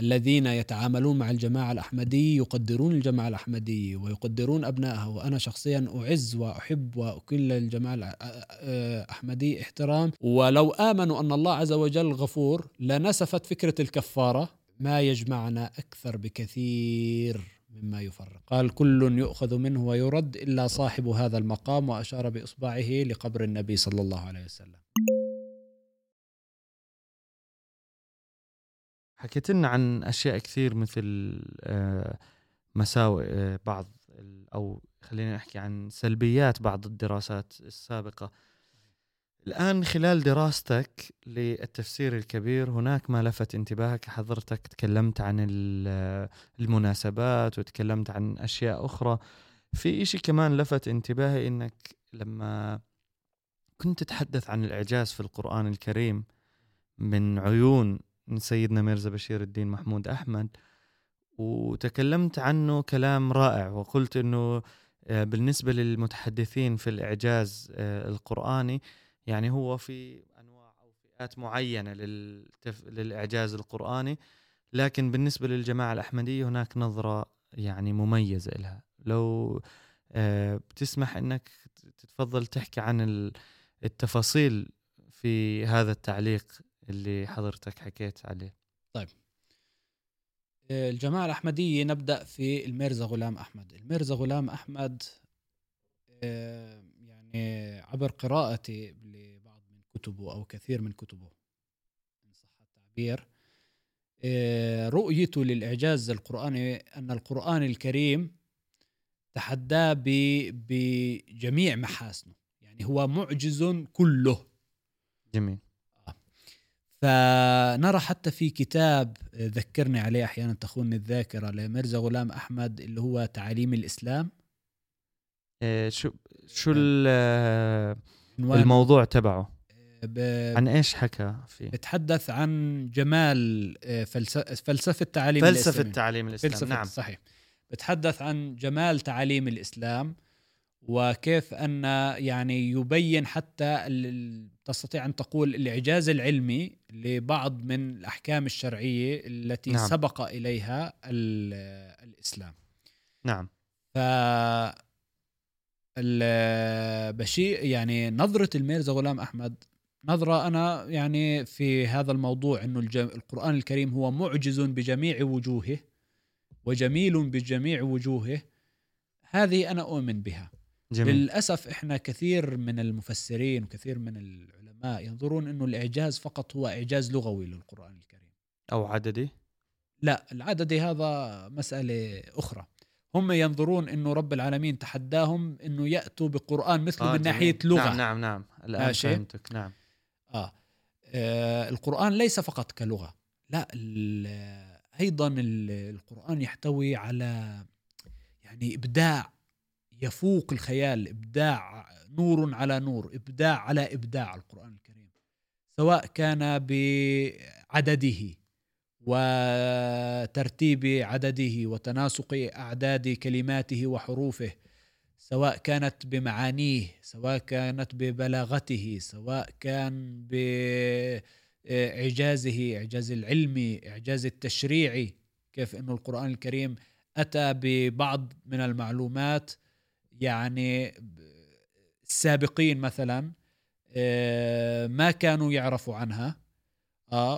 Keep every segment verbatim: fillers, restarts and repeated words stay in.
الذين يتعاملون مع الجماعة الأحمدية يقدرون الجماعة الأحمدية ويقدرون أبنائها، وأنا شخصيا أعز وأحب وكل الجماعة الأحمدية احترام. ولو آمنوا أن الله عز وجل غفور لنسفت فكرة الكفارة، ما يجمعنا أكثر بكثير مما يفرق. قال كل يؤخذ منه ويرد إلا صاحب هذا المقام، وأشار بإصبعه لقبر النبي صلى الله عليه وسلم. حكيت لنا عن أشياء كثير مثل مساوئ بعض أو خلينا نحكي عن سلبيات بعض الدراسات السابقة. الآن خلال دراستك للتفسير الكبير هناك ما لفت انتباهك؟ حضرتك تكلمت عن المناسبات وتكلمت عن أشياء أخرى. في إشي كمان لفت انتباهي إنك لما كنت تتحدث عن الإعجاز في القرآن الكريم من عيون سيدنا ميرزا بشير الدين محمود أحمد، وتكلمت عنه كلام رائع، وقلت إنه بالنسبة للمتحدثين في الإعجاز القرآني يعني هو في أنواع أو فئات معينة للتف... للإعجاز القرآني، لكن بالنسبة للجماعة الأحمدية هناك نظرة يعني مميزة لها. لو بتسمح إنك تتفضل تحكي عن التفاصيل في هذا التعليق اللي حضرتك حكيت عليه. طيب، الجماعة الأحمدية نبدأ في الميرزا غلام أحمد. الميرزا غلام أحمد يعني عبر قراءتي لبعض من كتبه أو كثير من كتبه إن صح التعبير، رؤيته للإعجاز القرآني أن القرآن الكريم تحدى بجميع محاسنه، يعني هو معجز كله. جميل. فنرى حتى في كتاب ذكرني عليه أحيانا تخونني الذاكرة لميرزا غلام أحمد اللي هو تعاليم الإسلام. إيه شو شو الموضوع تبعه؟ عن إيش حكى فيه؟ بتحدث عن جمال فلسفة تعاليم فلسفة الإسلام. تعاليم الإسلام. نعم صحيح. بتحدث عن جمال تعاليم الإسلام وكيف أن يعني يبين حتى تستطيع أن تقول الإعجاز العلمي لبعض من الأحكام الشرعية التي نعم. سبق إليها الإسلام. نعم. ف البشير يعني نظرة الميرزا غلام أحمد نظرة أنا يعني في هذا الموضوع إنه القرآن الكريم هو معجز بجميع وجوهه وجميل بجميع وجوهه، هذه أنا أؤمن بها. جميل. للأسف إحنا كثير من المفسرين وكثير من العلماء ينظرون إنه الإعجاز فقط هو إعجاز لغوي للقرآن الكريم أو عددي. لا، العددي هذا مسألة أخرى. هم ينظرون إنه رب العالمين تحداهم إنه يأتوا بقرآن مثله آه من ناحية لغة. نعم نعم نعم الآن فهمتك. نعم. آه. آه القرآن ليس فقط كلغة، لا أيضا القرآن يحتوي على يعني إبداع يفوق الخيال، إبداع نور على نور، إبداع على إبداع القرآن الكريم، سواء كان بعدده وترتيب عدده وتناسق أعداد كلماته وحروفه، سواء كانت بمعانيه، سواء كانت ببلاغته، سواء كان بإعجازه، إعجاز العلمي، إعجاز التشريعي، كيف أنه القرآن الكريم أتى ببعض من المعلومات يعني السابقين مثلا ما كانوا يعرفوا عنها. آه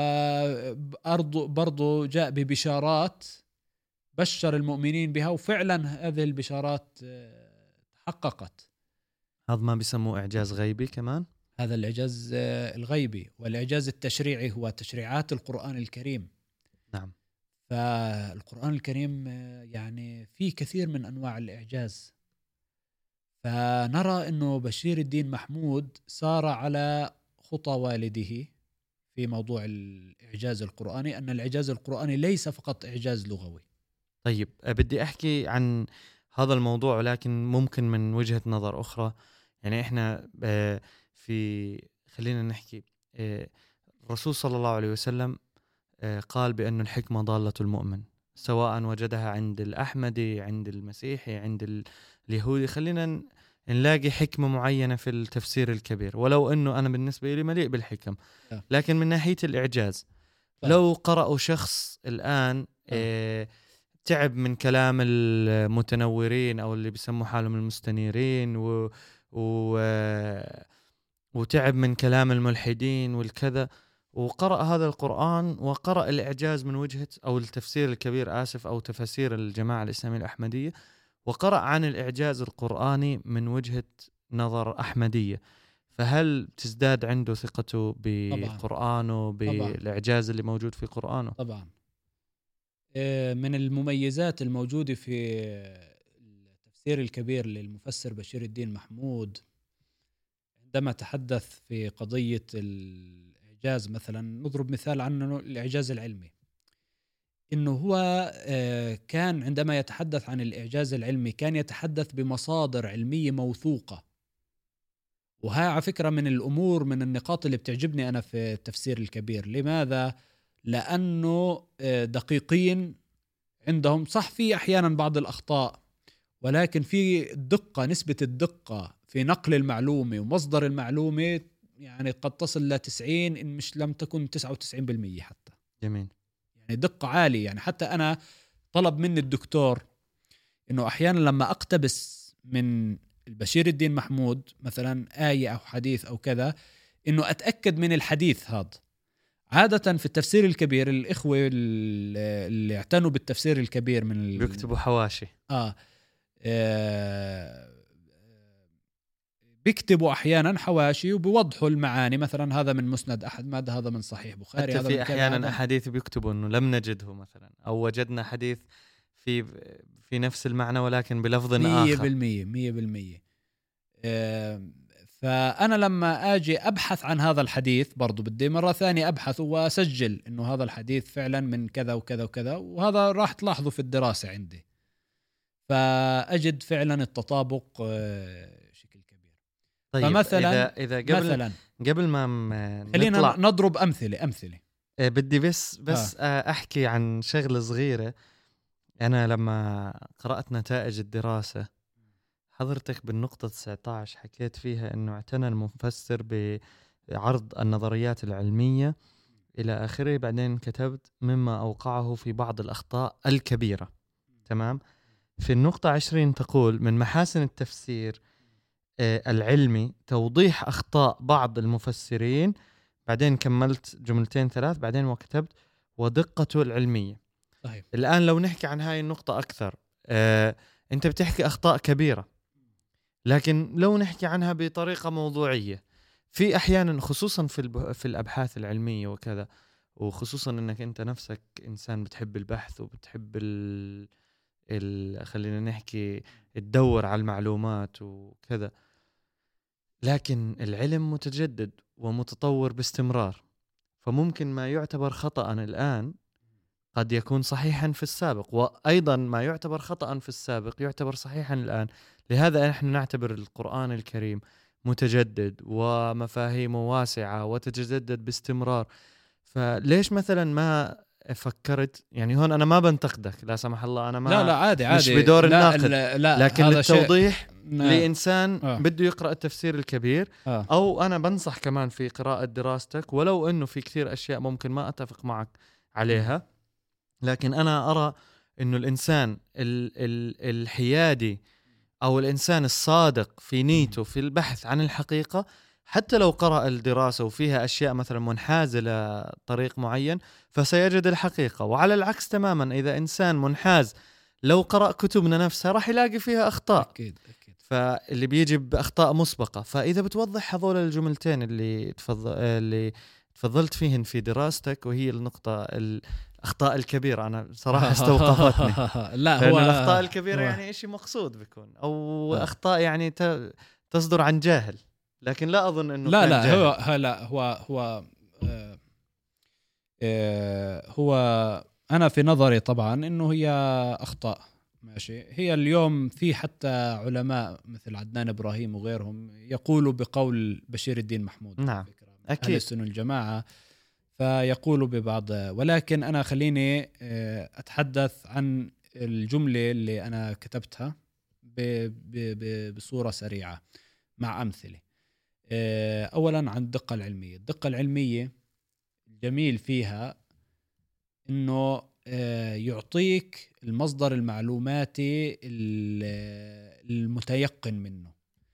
وبرضو جاء ببشارات بشر المؤمنين بها، وفعلا هذه البشارات تحققت. هذا ما بيسموه إعجاز غيبي كمان. هذا الإعجاز الغيبي. والإعجاز التشريعي هو تشريعات القرآن الكريم. نعم. فالقرآن الكريم يعني فيه كثير من أنواع الإعجاز. فنرى أنه بشير الدين محمود سار على خطى والده في موضوع الإعجاز القرآني، أن الإعجاز القرآني ليس فقط إعجاز لغوي. طيب بدي أحكي عن هذا الموضوع ولكن ممكن من وجهة نظر أخرى. يعني إحنا في خلينا نحكي الرسول صلى الله عليه وسلم قال بأن الحكمة ضالة المؤمن، سواء وجدها عند الأحمدي، عند المسيحي، عند اليهودي. خلينا نلاقي حكمة معينة في التفسير الكبير، ولو أنه أنا بالنسبة لي مليء بالحكم، لكن من ناحية الإعجاز طيب. لو قرأوا شخص الآن آه. تعب من كلام المتنورين أو اللي بيسموا حالهم المستنيرين و... و... وتعب من كلام الملحدين والكذا، وقرأ هذا القرآن وقرأ الإعجاز من وجهة أو التفسير الكبير آسف أو تفاسير الجماعة الإسلامية الأحمدية، وقرأ عن الإعجاز القرآني من وجهة نظر أحمدية، فهل تزداد عنده ثقته بقرآنه بالإعجاز اللي موجود في قرآنه؟ طبعا. من المميزات الموجودة في التفسير الكبير للمفسر بشير الدين محمود عندما تحدث في قضية الإعجاز، مثلا نضرب مثال عنه الإعجاز العلمي، إنه هو كان عندما يتحدث عن الإعجاز العلمي كان يتحدث بمصادر علمية موثوقة. وهي على فكرة من الأمور من النقاط اللي بتعجبني أنا في التفسير الكبير. لماذا؟ لأنه دقيقين عندهم، صح في أحيانا بعض الأخطاء، ولكن في دقة، نسبة الدقة في نقل المعلومة ومصدر المعلومة يعني قد تصل ل تسعين إن مش لم تكن تسعة وتسعين بالمية حتى. جميل. يعني دقة عالية. يعني حتى أنا طلب مني الدكتور إنه أحيانا لما أقتبس من البشير الدين محمود مثلا آية أو حديث أو كذا، إنه أتأكد من الحديث هذا. عادة في التفسير الكبير الإخوة اللي اعتنوا بالتفسير الكبير من ال... بيكتبوا حواشي. آه. آه بيكتبوا أحيانا حواشي وبيوضحوا المعاني، مثلا هذا من مسند أحمد، هذا من صحيح بخاري، حتى هذا في أحيانا أحاديث بيكتبوا أنه لم نجده مثلا أو وجدنا حديث في في نفس المعنى ولكن بلفظ آخر. مية بالمية مية بالمية. آه فأنا لما أجي أبحث عن هذا الحديث برضو بدي مرة ثانية أبحث وأسجل إنه هذا الحديث فعلا من كذا وكذا وكذا، وهذا راح تلاحظه في الدراسة عندي، فأجد فعلا التطابق آه شكل كبير. طيب فمثلا إذا إذا قبل مثلا قبل ما خلينا نطلع نضرب أمثلة أمثلة آه بدي بس بس آه. أحكي عن شغلة صغيرة. أنا لما قرأت نتائج الدراسة حضرتك بالنقطة تسعة عشر حكيت فيها أنه اعتنى المفسر بعرض النظريات العلمية إلى آخره، بعدين كتبت مما أوقعه في بعض الأخطاء الكبيرة. تمام. في النقطة عشرين تقول من محاسن التفسير آه العلمي توضيح أخطاء بعض المفسرين، بعدين كملت جملتين ثلاث بعدين وكتبت ودقته العلمية. صحيح. الآن لو نحكي عن هاي النقطة أكثر، آه أنت بتحكي أخطاء كبيرة، لكن لو نحكي عنها بطريقة موضوعية، في أحيانا خصوصا في الب... في الأبحاث العلمية وكذا، وخصوصا أنك أنت نفسك إنسان بتحب البحث وبتحب ال... ال... خلينا نحكي تدور على المعلومات وكذا، لكن العلم متجدد ومتطور باستمرار، فممكن ما يعتبر خطأ الآن قد يكون صحيحا في السابق، وأيضا ما يعتبر خطأ في السابق يعتبر صحيحا الآن. لهذا نحن نعتبر القرآن الكريم متجدد ومفاهيمه واسعة وتتجدد باستمرار. فليش مثلا ما فكرت، يعني هون أنا ما بنتقدك لا سمح الله، أنا ما لا لا عادي عادي مش بدور لا الناقد، لا لا لكن هذا للتوضيح شيء... لإنسان آه. بده يقرأ التفسير الكبير آه. أو أنا بنصح كمان في قراءة دراستك، ولو أنه في كثير أشياء ممكن ما أتفق معك عليها، لكن أنا أرى أنه الإنسان ال ال الحيادي أو الإنسان الصادق في نيته في البحث عن الحقيقة، حتى لو قرأ الدراسة وفيها أشياء مثلا منحازة لطريق معين فسيجد الحقيقة. وعلى العكس تماما، إذا إنسان منحاز لو قرأ كتبنا نفسها راح يلاقي فيها أخطاء. أكيد أكيد. فاللي بيجي بأخطاء مسبقة، فإذا بتوضح هذول الجملتين اللي تفضل اللي تفضلت فيهن في دراستك، وهي النقطة الأخطاء الكبيرة، أنا صراحة استوقفتني. لا هو الأخطاء الكبيرة هو يعني إشي مقصود بيكون، أو أخطاء يعني تصدر عن جاهل، لكن لا أظن إنه لا كان لا جاهل. هو هلا هو هو آه آه هو أنا في نظري طبعا إنه هي أخطاء ماشي. هي اليوم في حتى علماء مثل عدنان إبراهيم وغيرهم يقولوا بقول بشير الدين محمود. نعم أكيد. أهل السنة الجماعة فيقولوا ببعض، ولكن أنا خليني أتحدث عن الجملة اللي أنا كتبتها بصورة سريعة مع أمثلة. أولا عن الدقة العلمية. الدقة العلمية الجميل فيها إنه يعطيك المصدر المعلوماتي المتيقن منه.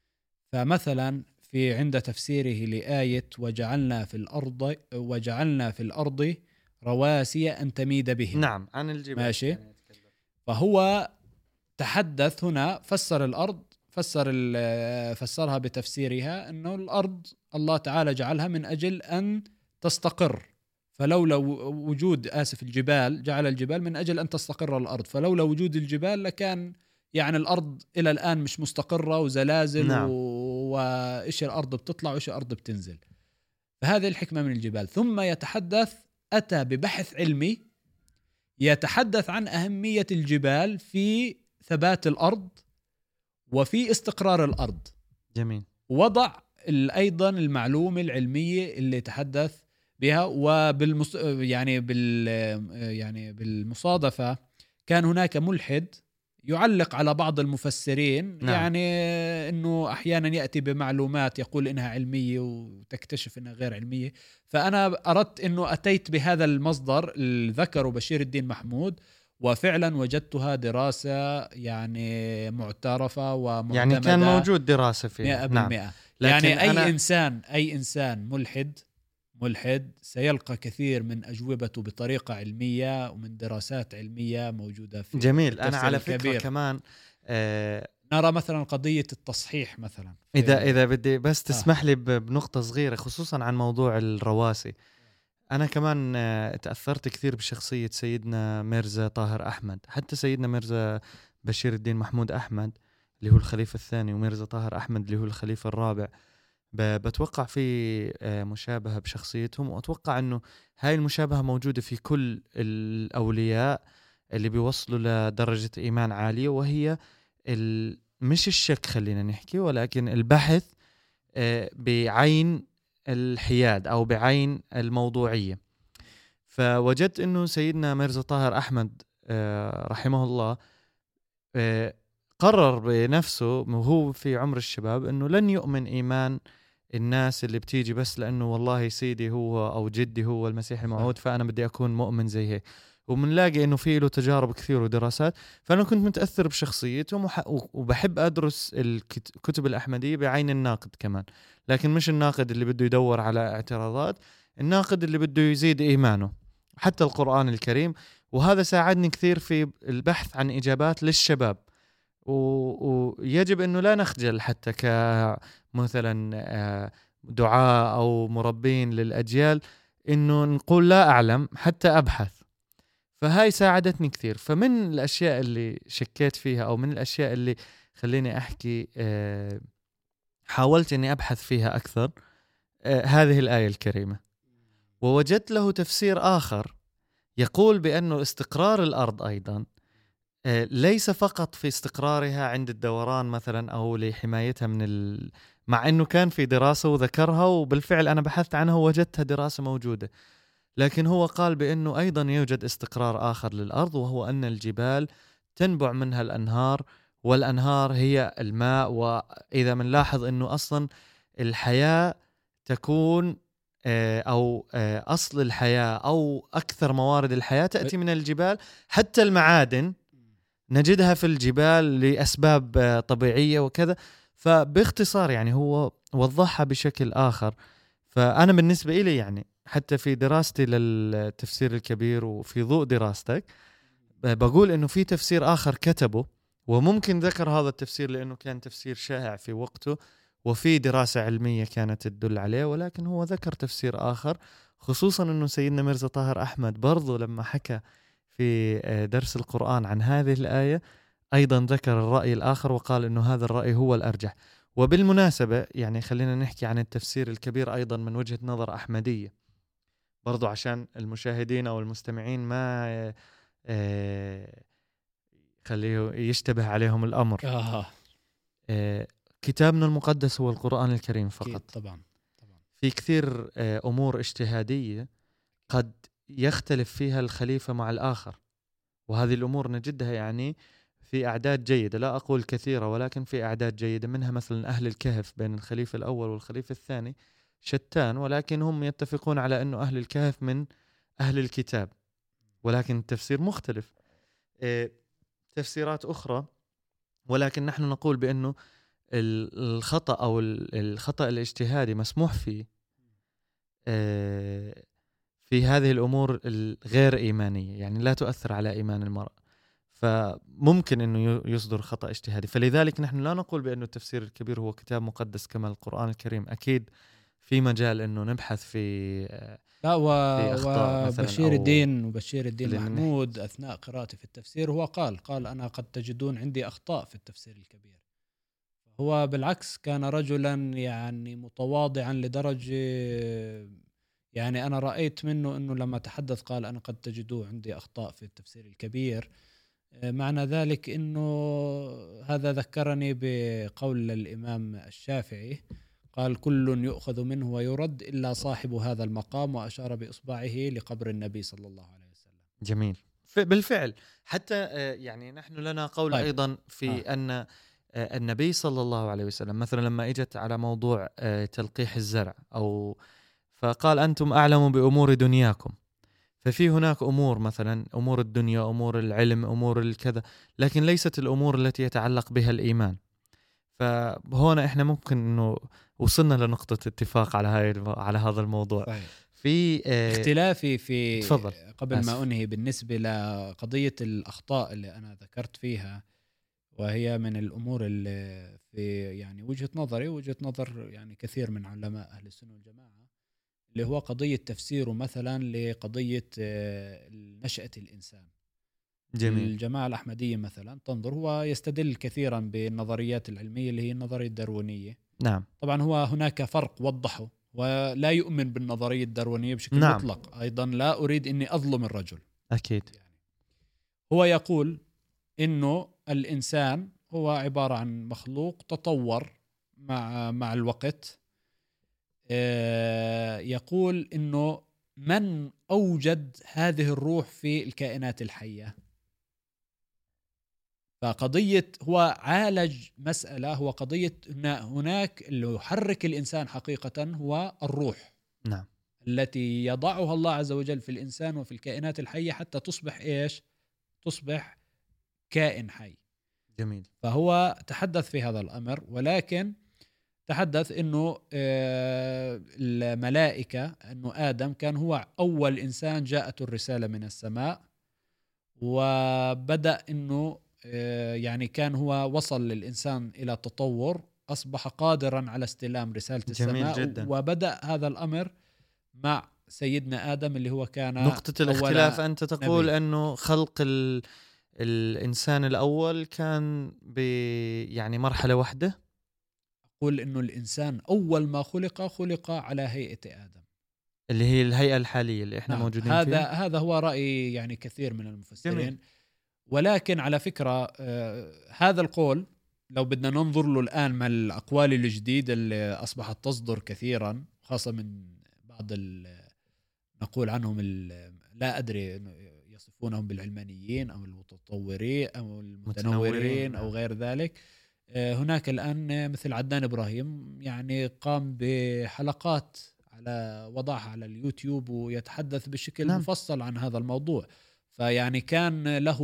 فمثلا في عند تفسيره لآية وجعلنا في الأرض وجعلنا في الأرض رواسي أن تميد بهم. نعم، عن الجبال. ماشي. فهو تحدث هنا، فسر الأرض، فسر فسرها بتفسيرها أنه الأرض الله تعالى جعلها من أجل أن تستقر، فلولا وجود آسف الجبال، جعل الجبال من أجل أن تستقر الأرض، فلولا وجود الجبال لكان يعني الأرض إلى الآن مش مستقرة وزلازل. نعم. وإيش الأرض بتطلع وإيش الأرض بتنزل. فهذه الحكمة من الجبال. ثم يتحدث، أتى ببحث علمي يتحدث عن أهمية الجبال في ثبات الأرض وفي استقرار الأرض. جميل. وضع أيضا المعلومة العلمية اللي تحدث بها. وبالمص... يعني بال يعني بالمصادفة كان هناك ملحد يعلق على بعض المفسرين. نعم. يعني انه احيانا ياتي بمعلومات يقول انها علميه وتكتشف انها غير علميه. فانا اردت انه اتيت بهذا المصدر اللي ذكره بشير الدين محمود، وفعلا وجدتها دراسه يعني معترفه ومعتمده، يعني كان موجود دراسه فيها مئة بالمئة. نعم. يعني اي أنا... انسان اي انسان ملحد ملحد سيلقى كثير من أجوبته بطريقة علمية ومن دراسات علمية موجودة في. جميل. أنا على فكرة الكبير. كمان آه نرى مثلا قضية التصحيح مثلا. إذا إذا بدي بس تسمح آه. لي بنقطة صغيرة خصوصا عن موضوع الرواسي. أنا كمان آه تأثرت كثير بشخصية سيدنا ميرزا طاهر أحمد. حتى سيدنا ميرزا بشير الدين محمود أحمد اللي هو الخليفة الثاني، وميرزا طاهر أحمد اللي هو الخليفة الرابع، بتوقع في مشابهة بشخصيتهم. وأتوقع أنه هاي المشابهة موجودة في كل الأولياء اللي بيوصلوا لدرجة إيمان عالية، وهي مش الشك خلينا نحكي، ولكن البحث بعين الحياد أو بعين الموضوعية. فوجدت أنه سيدنا ميرزا طاهر أحمد رحمه الله قرر بنفسه وهو في عمر الشباب أنه لن يؤمن إيمان الناس اللي بتيجي بس لأنه والله سيدي هو أو جدي هو المسيح الموعود فأنا بدي أكون مؤمن زي هيك. ومنلاقي إنه فيه له تجارب كثير ودراسات. فأنا كنت متأثر بشخصيتهم وبحب أدرس الكتب الأحمدية بعين الناقد كمان، لكن مش الناقد اللي بده يدور على اعتراضات، الناقد اللي بده يزيد إيمانه حتى القرآن الكريم. وهذا ساعدني كثير في البحث عن إجابات للشباب. ويجب أنه لا نخجل حتى كمثلا دعاء أو مربين للأجيال أنه نقول لا أعلم حتى أبحث. فهاي ساعدتني كثير. فمن الأشياء اللي شكيت فيها أو من الأشياء اللي خليني أحكي حاولت أني أبحث فيها أكثر هذه الآية الكريمة، ووجدت له تفسير آخر يقول بأنه استقرار الأرض أيضا ليس فقط في استقرارها عند الدوران مثلا أو لحمايتها من ال... مع أنه كان في دراسة وذكرها وبالفعل أنا بحثت عنها ووجدتها دراسة موجودة، لكن هو قال بأنه أيضا يوجد استقرار آخر للأرض، وهو أن الجبال تنبع منها الأنهار، والأنهار هي الماء. وإذا منلاحظ أنه أصلا الحياة تكون أو أصل الحياة أو أكثر موارد الحياة تأتي من الجبال. حتى المعادن نجدها في الجبال لأسباب طبيعية وكذا. فباختصار يعني هو وضحها بشكل آخر. فأنا بالنسبة إلي يعني حتى في دراستي للتفسير الكبير وفي ضوء دراستك بقول إنه في تفسير آخر كتبه، وممكن ذكر هذا التفسير لأنه كان تفسير شائع في وقته وفي دراسة علمية كانت تدل عليه، ولكن هو ذكر تفسير آخر. خصوصا أنه سيدنا ميرزا طاهر أحمد برضو لما حكى في درس القرآن عن هذه الآية أيضا ذكر الرأي الآخر وقال إنه هذا الرأي هو الأرجح. وبالمناسبة يعني خلينا نحكي عن التفسير الكبير أيضا من وجهة نظر أحمدية برضو عشان المشاهدين أو المستمعين ما خليه يشتبه عليهم الأمر. آه. كتابنا المقدس هو القرآن الكريم فقط. طبعا. طبعا. في كثير أمور اجتهادية قد يختلف فيها الخليفة مع الآخر، وهذه الأمور نجدها يعني في أعداد جيدة، لا أقول كثيرة ولكن في أعداد جيدة. منها مثلا أهل الكهف بين الخليفة الأول والخليفة الثاني شتان، ولكن هم يتفقون على أنه أهل الكهف من أهل الكتاب ولكن التفسير مختلف. آه، تفسيرات أخرى، ولكن نحن نقول بأنه الخطأ أو الخطأ الاجتهادي مسموح فيه آه، في هذه الأمور الغير إيمانية، يعني لا تؤثر على إيمان المرء، فممكن أنه يصدر خطأ اجتهادي. فلذلك نحن لا نقول بأنه التفسير الكبير هو كتاب مقدس كما القرآن الكريم. أكيد في مجال أنه نبحث في لا و... في أخطاء مثلا. وبشير الدين وبشير الدين لأن محمود أثناء قراءتي في التفسير هو قال قال أنا قد تجدون عندي أخطاء في التفسير الكبير. هو بالعكس كان رجلا يعني متواضعا لدرجة، يعني أنا رأيت منه أنه لما تحدث قال أنا قد تجدوا عندي أخطاء في التفسير الكبير، معنى ذلك أنه هذا ذكرني بقول الإمام الشافعي قال كل يؤخذ منه ويرد إلا صاحب هذا المقام، وأشار بإصبعه لقبر النبي صلى الله عليه وسلم. جميل. بالفعل حتى يعني نحن لنا قول طيب. أيضا في آه. أن النبي صلى الله عليه وسلم مثلا لما اجت على موضوع تلقيح الزرع أو فقال أنتم أعلم بأمور دنياكم، ففي هناك أمور مثلا أمور الدنيا، أمور العلم، أمور الكذا، لكن ليست الأمور التي يتعلق بها الإيمان. فهنا إحنا ممكن إنه وصلنا لنقطة اتفاق على هاي على هذا الموضوع. صحيح. في اه اختلافي في تفضل. قبل أسف. ما أنهي بالنسبة لقضية الأخطاء اللي أنا ذكرت فيها، وهي من الأمور اللي في يعني وجهة نظري وجهة نظر يعني كثير من علماء أهل السنة والجماعة، اللي هو قضية تفسيره مثلا لقضية نشأة الإنسان. جميل. الجماعة الأحمدية مثلا تنظر هو يستدل كثيرا بالنظريات العلمية اللي هي النظرية الداروينية. نعم. طبعا هو هناك فرق وضحه، ولا يؤمن بالنظرية الداروينية بشكل نعم. مطلق. أيضا لا أريد أني أظلم الرجل. أكيد. يعني هو يقول إنه الإنسان هو عبارة عن مخلوق تطور مع مع الوقت. يقول إنه من أوجد هذه الروح في الكائنات الحية. فقضية هو عالج مسألة، هو قضية هناك اللي يحرك الإنسان حقيقة هو الروح. نعم. التي يضعها الله عز وجل في الإنسان وفي الكائنات الحية حتى تصبح إيش؟ تصبح كائن حي. جميل. فهو تحدث في هذا الأمر، ولكن تحدث إنه الملائكة إنه آدم كان هو أول إنسان جاءته الرسالة من السماء، وبدأ إنه يعني كان هو وصل للإنسان إلى تطور، أصبح قادرا على استلام رسالة السماء. جداً. وبدأ هذا الأمر مع سيدنا آدم اللي هو كان نقطة الاختلاف. أنت تقول نبي. أنه خلق ال... الإنسان الأول كان ب يعني مرحلة واحدة. أقول إنه الإنسان أول ما خلق خلق على هيئة آدم، اللي هي الهيئة الحالية اللي إحنا نعم. موجودين هذا فيها. هذا هو رأي يعني كثير من المفسرين. جميل. ولكن على فكرة آه هذا القول لو بدنا ننظر له الآن مع الأقوال الجديدة اللي أصبحت تصدر كثيرا، خاصة من بعض نقول عنهم لا أدري يصفونهم بالعلمانيين أو المتطورين أو المتنورين أو غير ذلك. آه هناك الآن مثل عدنان إبراهيم يعني قام بحلقات على وضعها على اليوتيوب ويتحدث بشكل نعم. مفصل عن هذا الموضوع. فيعني كان له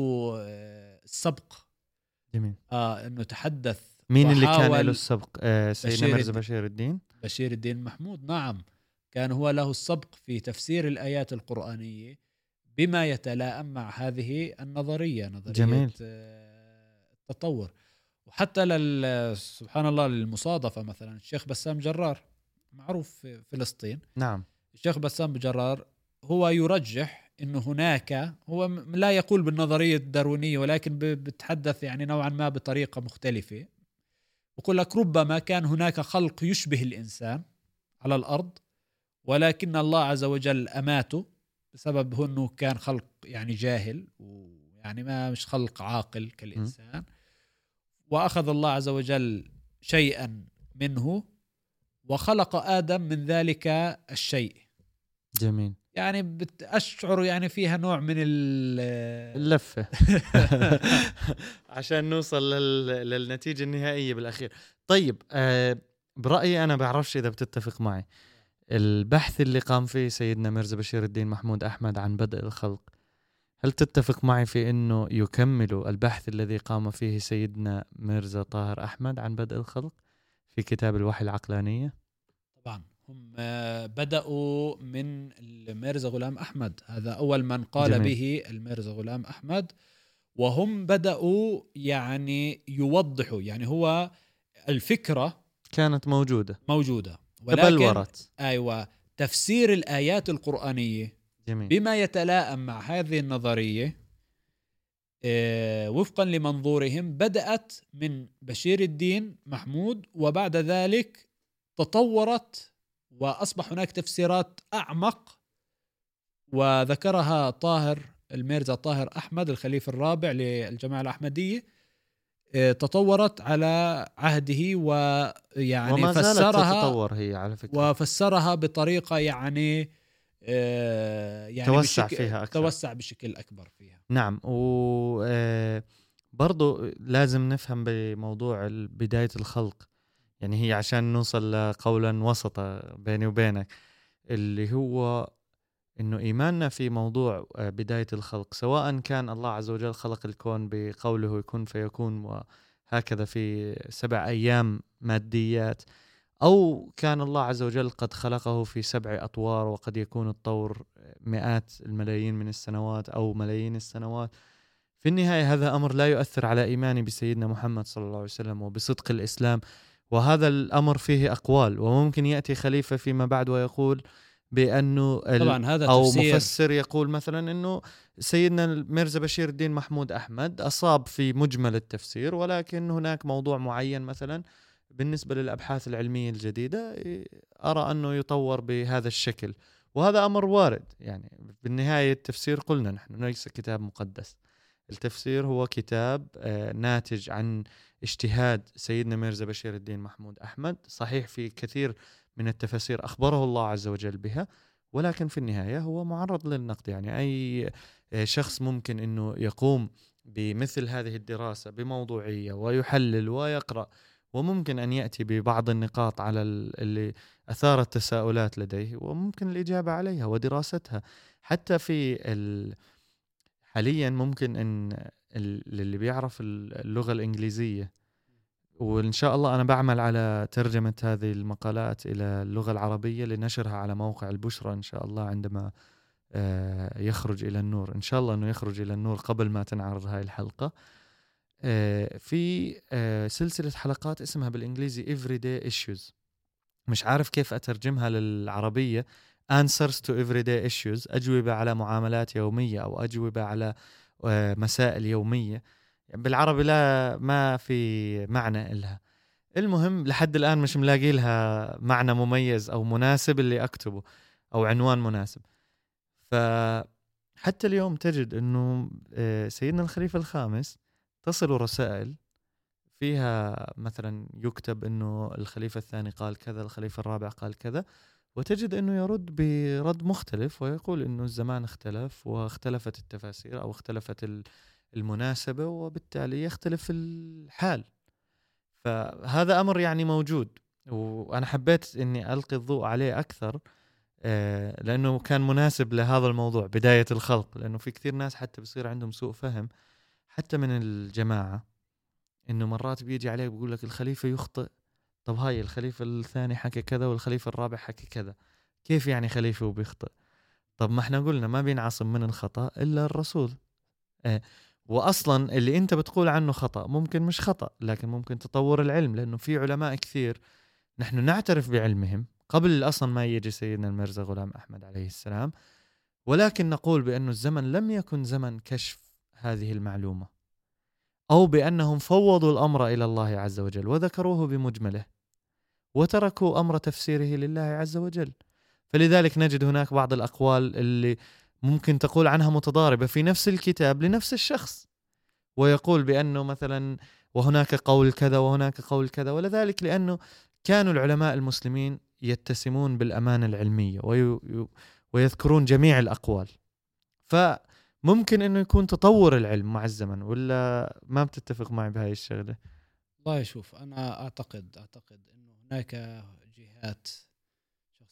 السبق. جميل. آه إنه تحدث. مين اللي كان له السبق؟ آه سيدنا مرزا بشير الدين. بشير الدين محمود. نعم، كان هو له السبق في تفسير الآيات القرآنية بما يتلائم مع هذه النظرية، نظرية جميل. التطور. وحتى لل سبحان الله للمصادفة مثلا الشيخ بسام جرار معروف في فلسطين. نعم. الشيخ بسام جرار هو يرجح إنه هناك، هو لا يقول بالنظرية الداروينية ولكن بتحدث يعني نوعا ما بطريقة مختلفة. يقول لك ربما كان هناك خلق يشبه الإنسان على الأرض، ولكن الله عز وجل أماته بسبب أنه كان خلق يعني جاهل ويعني ما مش خلق عاقل كالإنسان. وأخذ الله عز وجل شيئا منه وخلق آدم من ذلك الشيء. جميل. يعني بتأشعر يعني فيها نوع من اللفة عشان نوصل لل... للنتيجة النهائية بالأخير. طيب آه برأيي أنا بعرفش إذا بتتفق معي، البحث اللي قام فيه سيدنا مرزا بشير الدين محمود أحمد عن بدء الخلق، هل تتفق معي في أنه يكمل البحث الذي قام فيه سيدنا ميرزا طاهر أحمد عن بدء الخلق في كتاب الوحي العقلانية؟ طبعا هم بدأوا من الميرزا غلام أحمد، هذا أول من قال جميل. به الميرزا غلام أحمد، وهم بدأوا يعني يوضحوا، يعني هو الفكرة كانت موجودة موجودة ولكن تبلورت. أيوة تفسير الآيات القرآنية جميل. بما يتلائم مع هذه النظرية وفقا لمنظورهم بدأت من بشير الدين محمود، وبعد ذلك تطورت وأصبح هناك تفسيرات أعمق، وذكرها طاهر الميرزا طاهر أحمد الخليفة الرابع للجماعة الأحمدية، تطورت على عهده ويعني وما زالت فسرها تتطور هي على فكرة، وفسرها بطريقة يعني يعني توسع بشكل فيها أكثر. توسع بشكل أكبر فيها. نعم. وبرضو لازم نفهم بموضوع بداية الخلق، يعني هي عشان نوصل لقولا وسطا بيني وبينك، اللي هو إنه إيماننا في موضوع بداية الخلق، سواء كان الله عز وجل خلق الكون بقوله يكون فيكون وهكذا في سبع أيام ماديات، أو كان الله عز وجل قد خلقه في سبع أطوار وقد يكون الطور مئات الملايين من السنوات أو ملايين السنوات. في النهاية هذا أمر لا يؤثر على إيماني بسيدنا محمد صلى الله عليه وسلم وبصدق الإسلام، وهذا الأمر فيه أقوال، وممكن يأتي خليفة فيما بعد ويقول بأنه طبعا هذا أو تفسير. مفسر يقول مثلا أنه سيدنا ميرزا بشير الدين محمود أحمد أصاب في مجمل التفسير، ولكن هناك موضوع معين مثلا بالنسبة للأبحاث العلمية الجديدة أرى أنه يطور بهذا الشكل، وهذا أمر وارد. يعني بالنهاية التفسير قلنا نحن ليس كتاب مقدس، التفسير هو كتاب ناتج عن اجتهاد سيدنا ميرزا بشير الدين محمود أحمد. صحيح في كثير من التفاسير أخبره الله عز وجل بها، ولكن في النهاية هو معرض للنقد. يعني أي شخص ممكن أنه يقوم بمثل هذه الدراسة بموضوعية ويحلل ويقرأ، وممكن أن يأتي ببعض النقاط على اللي أثارت تساؤلات لديه وممكن الإجابة عليها ودراستها. حتى في حاليا ممكن أن اللي بيعرف اللغة الإنجليزية، وإن شاء الله أنا بعمل على ترجمة هذه المقالات إلى اللغة العربية لنشرها على موقع البشرى إن شاء الله عندما يخرج إلى النور، إن شاء الله أنه يخرج إلى النور قبل ما تنعرض هاي الحلقة. في سلسلة حلقات اسمها بالإنجليزي Everyday Issues، مش عارف كيف أترجمها للعربية، Answers to Everyday Issues، أجوبة على معاملات يومية أو أجوبة على مسائل يومية. بالعربي لا ما في معنى إلها. المهم لحد الآن مش ملاقي لها معنى مميز أو مناسب اللي أكتبه أو عنوان مناسب. فحتى اليوم تجد أنه سيدنا الخليفة الخامس تصل رسائل فيها مثلا يكتب أنه الخليفة الثاني قال كذا، الخليفة الرابع قال كذا، وتجد أنه يرد برد مختلف ويقول أنه الزمان اختلف واختلفت التفاسير أو اختلفت المناسبة وبالتالي يختلف الحال. فهذا أمر يعني موجود، وأنا حبيت أني ألقي الضوء عليه أكثر لأنه كان مناسب لهذا الموضوع بداية الخلق، لأنه في كثير ناس حتى بصير عندهم سوء فهم حتى من الجماعة، إنه مرات بيجي عليك بيقول لك الخليفة يخطئ، طب هاي الخليفة الثاني حكى كذا والخليفة الرابع حكى كذا، كيف يعني خليفة وبيخطئ؟ طب ما احنا قلنا ما بينعصم من الخطأ إلا الرسول. اه وأصلا اللي انت بتقول عنه خطأ ممكن مش خطأ، لكن ممكن تطور العلم، لأنه في علماء كثير نحن نعترف بعلمهم قبل أصلا ما يجي سيدنا الميرزا غلام أحمد عليه السلام، ولكن نقول بأنه الزمن لم يكن زمن كشف هذه المعلومة، أو بأنهم فوضوا الأمر إلى الله عز وجل وذكروه بمجمله وتركوا أمر تفسيره لله عز وجل. فلذلك نجد هناك بعض الأقوال اللي ممكن تقول عنها متضاربة في نفس الكتاب لنفس الشخص، ويقول بأنه مثلا وهناك قول كذا وهناك قول كذا، ولذلك لأنه كانوا العلماء المسلمين يتسمون بالأمانة العلمية ويذكرون جميع الأقوال، فممكن أنه يكون تطور العلم مع الزمن. ولا ما بتتفق معي بهاي الشغلة؟ والله شوف، أنا أعتقد أعتقد أنه هناك جهات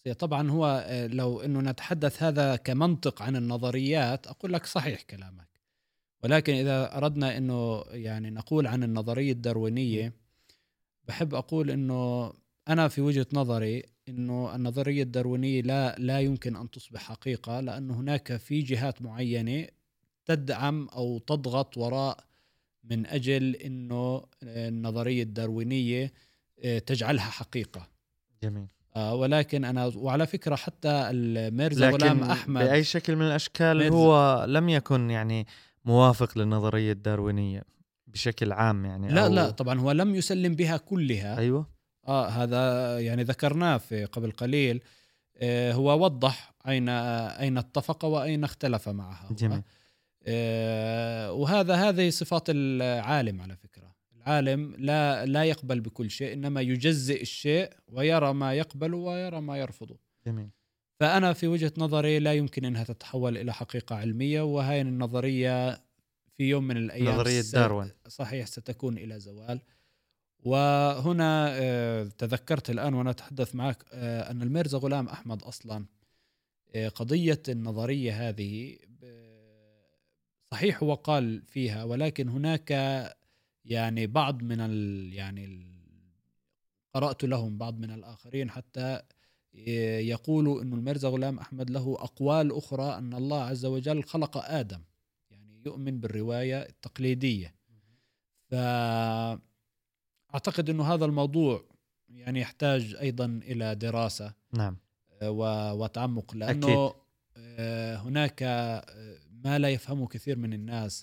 شخصية. طبعا هو لو أنه نتحدث هذا كمنطق عن النظريات أقول لك صحيح كلامك، ولكن إذا أردنا أنه يعني نقول عن النظرية الداروينية، بحب أقول أنه أنا في وجهة نظري أنه النظرية الداروينية لا لا يمكن أن تصبح حقيقة، لأن هناك في جهات معينة تدعم أو تضغط وراء من أجل أنه النظرية الداروينية تجعلها حقيقة. جميل. آه ولكن أنا وعلى فكرة حتى الميرزا غلام أحمد بأي شكل من الأشكال ميرزا هو لم يكن يعني موافق للنظرية الداروينية بشكل عام يعني. لا أو لا طبعا هو لم يسلم بها كلها. أيوة. آه هذا يعني ذكرناه في قبل قليل. آه هو وضح أين أين اتفق وأين اختلف معها. جميل. آه وهذا هذه صفات العالم على فكرة. العالم لا لا يقبل بكل شيء، إنما يجزئ الشيء ويرى ما يقبل ويرى ما يرفضه. جميل. فأنا في وجهة نظري لا يمكن أنها تتحول إلى حقيقة علمية، وهي النظرية في يوم من الأيام نظرية داروين صحيح ستكون إلى زوال. وهنا آه تذكرت الآن وأنا أتحدث معك آه أن الميرزا غلام أحمد أصلا آه قضية النظرية هذه صحيح هو قال فيها، ولكن هناك يعني بعض من ال يعني ال قرأت لهم بعض من الآخرين حتى يقولوا أن الميرزا غلام أحمد له أقوال أخرى أن الله عز وجل خلق آدم، يعني يؤمن بالرواية التقليدية. فأعتقد أنه هذا الموضوع يعني يحتاج أيضا إلى دراسة. نعم. وتعمق، لأنه أكيد. هناك ما لا يفهمه كثير من الناس،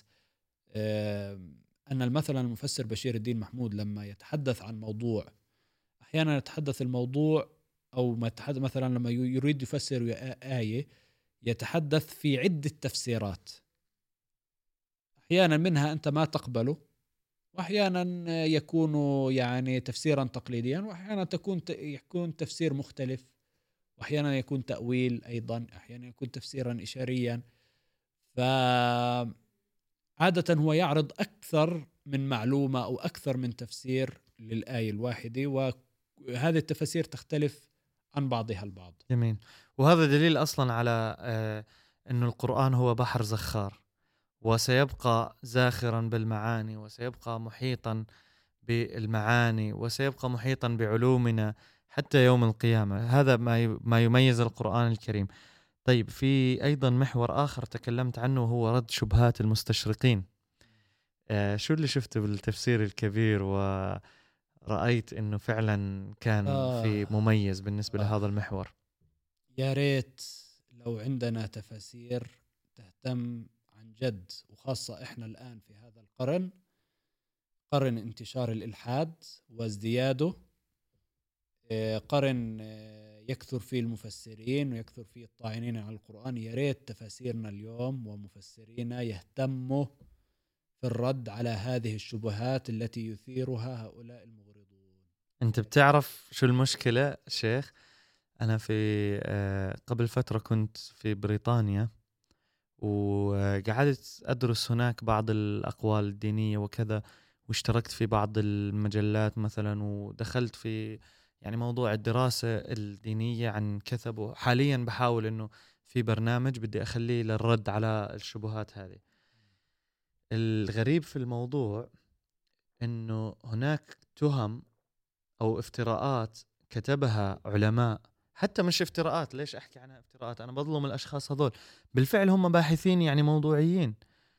أن مثلا المفسر بشير الدين محمود لما يتحدث عن موضوع أحيانا يتحدث الموضوع أو ما يتحدث مثلا لما يريد يفسر آية يتحدث في عدة تفسيرات، أحيانا منها أنت ما تقبله، وأحيانا يكون يعني تفسيرا تقليديا، وأحيانا تكون يكون تفسير مختلف، وأحيانا يكون تأويل أيضا، أحيانا يكون تفسيرا إشاريا. فعادة هو يعرض أكثر من معلومة أو أكثر من تفسير للآية الواحدة، وهذه التفاسير تختلف عن بعضها البعض. جميل. وهذا دليل أصلا على آه أن القرآن هو بحر زخار، وسيبقى زاخرا بالمعاني، وسيبقى محيطا بالمعاني، وسيبقى محيطا بعلومنا حتى يوم القيامة. هذا ما ما يميز القرآن الكريم. طيب، في أيضا محور آخر تكلمت عنه هو رد شبهات المستشرقين. آه شو اللي شفته بالتفسير الكبير ورأيت أنه فعلا كان آه في مميز بالنسبة آه لهذا المحور؟ يا ريت لو عندنا تفاسير تهتم عن جد، وخاصة إحنا الآن في هذا القرن، قرن انتشار الإلحاد وازدياده، قرن يكثر فيه المفسرين ويكثر فيه الطاعنين على القرآن. يا ريت تفاسيرنا اليوم ومفسرينا يهتموا في الرد على هذه الشبهات التي يثيرها هؤلاء المغرضون. أنت بتعرف شو المشكلة شيخ؟ أنا في قبل فترة كنت في بريطانيا، وقعدت أدرس هناك بعض الأقوال الدينية وكذا، واشتركت في بعض المجلات مثلا، ودخلت في يعني موضوع الدراسة الدينية عن كثب. وحاليا بحاول أنه في برنامج بدي أخليه للرد على الشبهات هذه. الغريب في الموضوع أنه هناك تهم أو افتراءات كتبها علماء، حتى مش افتراءات، ليش أحكي عنها افتراءات؟ أنا بظلم الأشخاص هذول، بالفعل هم باحثين يعني موضوعيين.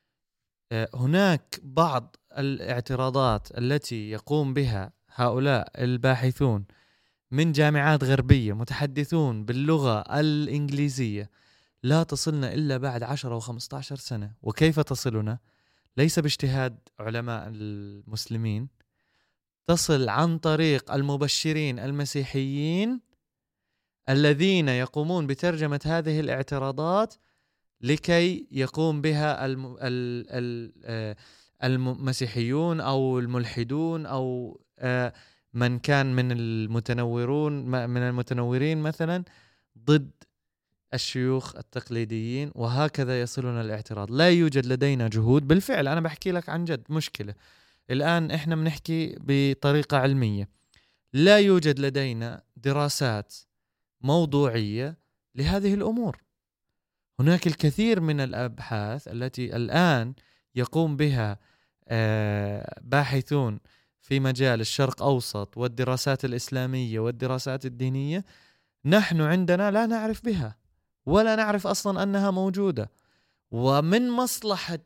هناك بعض الاعتراضات التي يقوم بها هؤلاء الباحثون من جامعات غربية متحدثون باللغة الإنجليزية لا تصلنا إلا بعد عشرة وخمسة عشر سنة. وكيف تصلنا؟ ليس باجتهاد علماء المسلمين، تصل عن طريق المبشرين المسيحيين الذين يقومون بترجمة هذه الاعتراضات لكي يقوم بها الم... ال... ال... المسيحيون أو الملحدون أو من كان من المتنورون من المتنورين مثلا ضد الشيوخ التقليديين، وهكذا يصلنا الاعتراض. لا يوجد لدينا جهود. بالفعل أنا بحكي لك عن جد مشكلة. الآن إحنا بنحكي بطريقة علمية، لا يوجد لدينا دراسات موضوعية لهذه الأمور. هناك الكثير من الأبحاث التي الآن يقوم بها باحثون في مجال الشرق أوسط والدراسات الإسلامية والدراسات الدينية، نحن عندنا لا نعرف بها ولا نعرف أصلا أنها موجودة. ومن مصلحة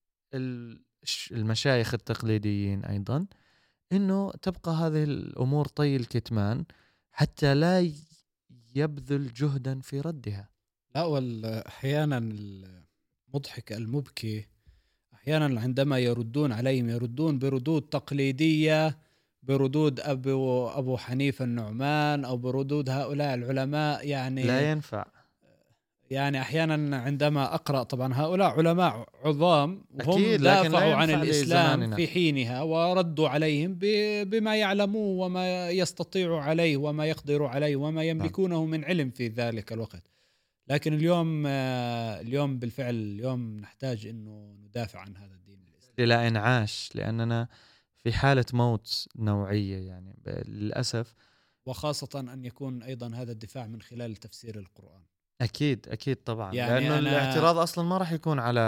المشايخ التقليديين أيضا إنه تبقى هذه الأمور طي الكتمان حتى لا يبذل جهدا في ردها. لا، والأحيانا المضحك المبكي أحيانا عندما يردون عليهم يردون بردود تقليدية، بردود أبو, أبو حنيفة النعمان أو بردود هؤلاء العلماء، يعني لا ينفع. يعني أحيانا عندما أقرأ، طبعا هؤلاء علماء عظام وهم دافعوا عن الإسلام في حينها وردوا عليهم بما يعلموه وما يستطيعوا عليه وما يقدروا عليه وما يملكونه من علم في ذلك الوقت. لكن اليوم اليوم بالفعل اليوم نحتاج إنه ندافع عن هذا الدين إلى إنعاش، لأننا في حالة موت نوعية يعني للأسف، وخاصة أن يكون أيضا هذا الدفاع من خلال تفسير القرآن. أكيد أكيد طبعا، يعني لأنه أنا الاعتراض أصلا ما راح يكون على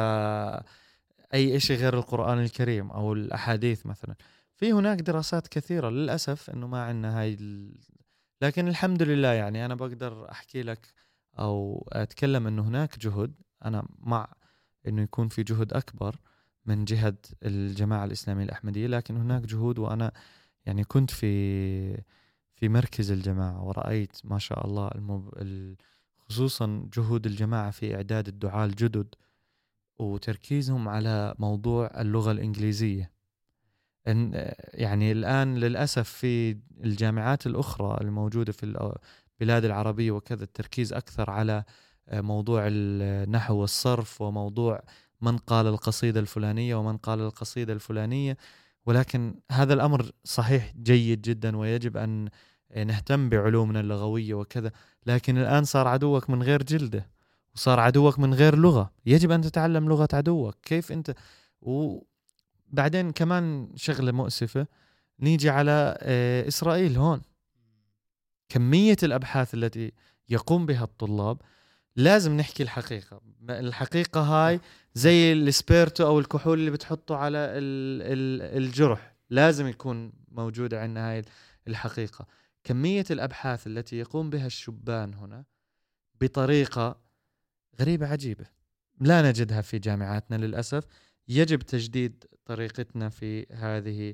أي شيء غير القرآن الكريم أو الأحاديث مثلا. في هناك دراسات كثيرة للأسف إنه ما عندنا هاي ال... لكن الحمد لله يعني أنا بقدر أحكي لك أو أتكلم إنه هناك جهد، أنا مع إنه يكون في جهد أكبر من جهة الجماعة الإسلامية الأحمدية، لكن هناك جهود. وأنا يعني كنت في في مركز الجماعة ورأيت ما شاء الله المب... ال... خصوصا جهود الجماعة في إعداد الدعاة الجدد وتركيزهم على موضوع اللغة الإنجليزية. إن يعني الآن للأسف في الجامعات الأخرى الموجودة في البلاد العربية وكذا التركيز أكثر على موضوع النحو والصرف وموضوع من قال القصيدة الفلانية ومن قال القصيدة الفلانية. ولكن هذا الأمر صحيح جيد جدا ويجب أن نهتم بعلومنا اللغوية وكذا، لكن الآن صار عدوك من غير جلده وصار عدوك من غير لغة. يجب أن تتعلم لغة عدوك. كيف أنت؟ وبعدين كمان شغلة مؤسفة، نيجي على إسرائيل هون، كمية الأبحاث التي يقوم بها الطلاب. لازم نحكي الحقيقة. الحقيقة هاي زي الاسبيرتو أو الكحول اللي بتحطه على الجرح، لازم يكون موجودة عندنا هاي الحقيقة. كمية الأبحاث التي يقوم بها الشبان هنا بطريقة غريبة عجيبة لا نجدها في جامعاتنا للأسف. يجب تجديد طريقتنا في هذه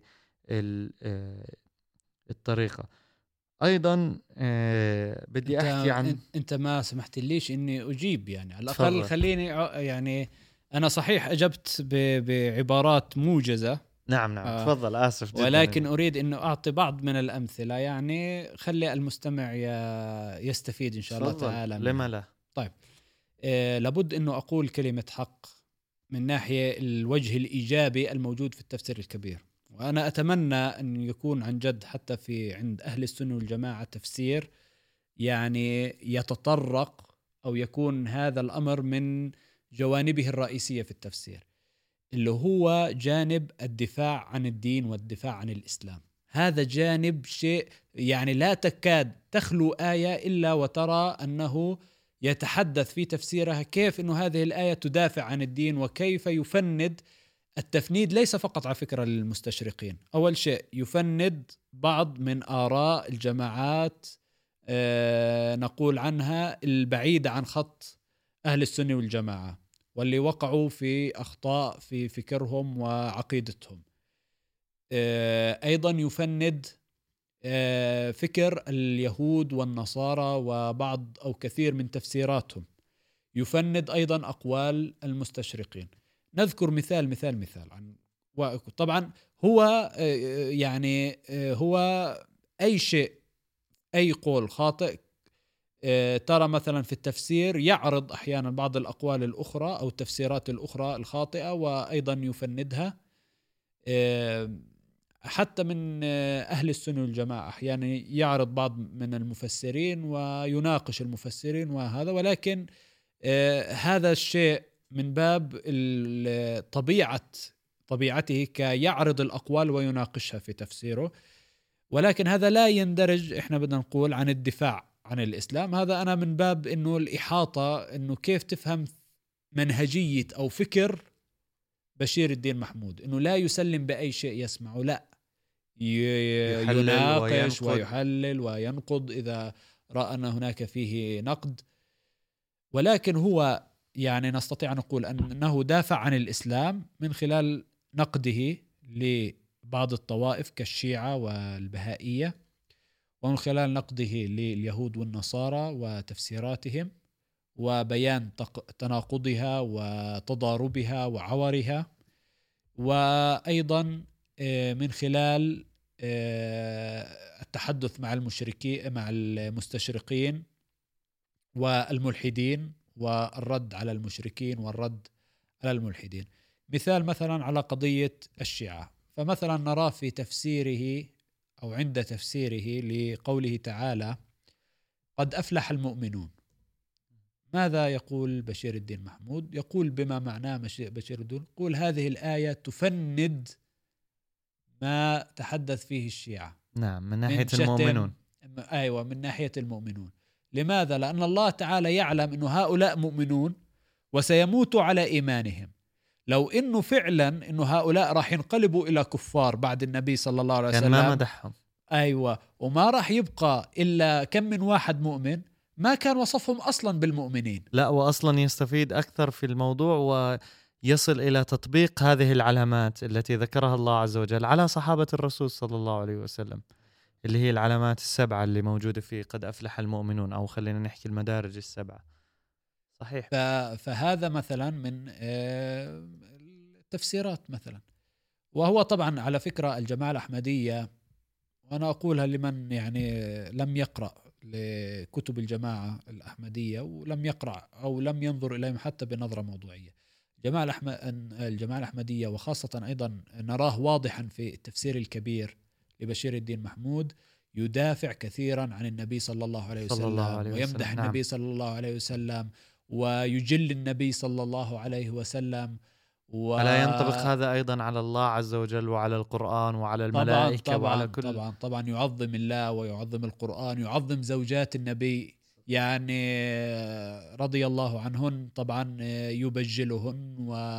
الطريقة. أيضا بدي أحكي عن أنت ما سمحت ليش إني أجيب، يعني على الأقل خليني يعني أنا صحيح أجبت بعبارات موجزة. نعم نعم آه تفضل، آسف جدا، ولكن أريد أنه أعطي بعض من الأمثلة يعني خلي المستمع يستفيد إن شاء الله تعالى. لما لا. طيب آه لابد أنه أقول كلمة حق من ناحية الوجه الإيجابي الموجود في التفسير الكبير، وأنا أتمنى أن يكون عن جد حتى في عند أهل السنة والجماعة تفسير يعني يتطرق أو يكون هذا الأمر من جوانبه الرئيسية في التفسير، اللي هو جانب الدفاع عن الدين والدفاع عن الإسلام. هذا جانب شيء يعني لا تكاد تخلو آية إلا وترى أنه يتحدث في تفسيرها كيف أنه هذه الآية تدافع عن الدين وكيف يفند التفنيد ليس فقط على فكرة للمستشرقين. أول شيء يفند بعض من آراء الجماعات آه نقول عنها البعيدة عن خط أهل السنة والجماعة واللي وقعوا في أخطاء في فكرهم وعقيدتهم. آه أيضا يفند آه فكر اليهود والنصارى وبعض أو كثير من تفسيراتهم. يفند أيضا أقوال المستشرقين. نذكر مثال مثال مثال عن طبعا هو يعني هو أي شيء أي قول خاطئ ترى مثلا في التفسير يعرض أحيانا بعض الأقوال الأخرى أو التفسيرات الأخرى الخاطئة وأيضا يفندها. حتى من أهل السنة والجماعة أحيانا يعرض بعض من المفسرين ويناقش المفسرين وهذا، ولكن هذا الشيء من باب طبيعة طبيعته كيعرض الأقوال ويناقشها في تفسيره. ولكن هذا لا يندرج، إحنا بدنا نقول عن الدفاع عن الإسلام. هذا أنا من باب إنه الإحاطة، إنه كيف تفهم منهجية أو فكر بشير الدين محمود، إنه لا يسلم بأي شيء يسمعه، لا يناقش ويحلل وينقض إذا رأى أن هناك فيه نقد. ولكن هو يعني نستطيع أن نقول أنه دافع عن الإسلام من خلال نقده لبعض الطوائف كالشيعة والبهائية، ومن خلال نقده لليهود والنصارى وتفسيراتهم وبيان تناقضها وتضاربها وعورها، وأيضا من خلال التحدث مع المشركين مع المستشرقين والملحدين والرد على المشركين والرد على الملحدين. مثال مثلا على قضية الشيعة، فمثلا نرى في تفسيره أو عند تفسيره لقوله تعالى قد أفلح المؤمنون، ماذا يقول بشير الدين محمود؟ يقول بما معناه بشير الدين، يقول هذه الآية تفند ما تحدث فيه الشيعة. نعم، من ناحية من المؤمنون. أيوة، من ناحية المؤمنون. لماذا؟ لأن الله تعالى يعلم أن هؤلاء مؤمنون وسيموتوا على إيمانهم. لو إنه فعلا إنه هؤلاء راح ينقلبوا إلى كفار بعد النبي صلى الله عليه وسلم كان ما مدحهم. أيوة، وما راح يبقى إلا كم من واحد مؤمن، ما كان وصفهم أصلا بالمؤمنين. لا، وأصلا يستفيد أكثر في الموضوع ويصل إلى تطبيق هذه العلامات التي ذكرها الله عز وجل على صحابة الرسول صلى الله عليه وسلم، اللي هي العلامات السبعة اللي موجودة في قد أفلح المؤمنون، أو خلينا نحكي المدارج السبعة. صحيح. فهذا مثلا من التفسيرات مثلا. وهو طبعا على فكرة الجماعة الأحمدية، وأنا أقولها لمن يعني لم يقرأ لكتب الجماعة الأحمدية ولم يقرأ أو لم ينظر إليهم حتى بنظرة موضوعية، الجماعة الأحمد الجماعة الأحمدية وخاصة أيضا نراه واضحا في التفسير الكبير لبشير الدين محمود، يدافع كثيرا عن النبي صلى الله عليه وسلم, صلى الله عليه وسلم. ويمدح نعم. النبي صلى الله عليه وسلم ويجل النبي صلى الله عليه وسلم. و... ألا ينطبق هذا أيضا على الله عز وجل وعلى القرآن وعلى الملائكة؟ طبعاً طبعاً وعلى كل طبعا طبعا يعظم الله ويعظم القرآن، يعظم زوجات النبي يعني رضي الله عنهن، طبعا يبجلهن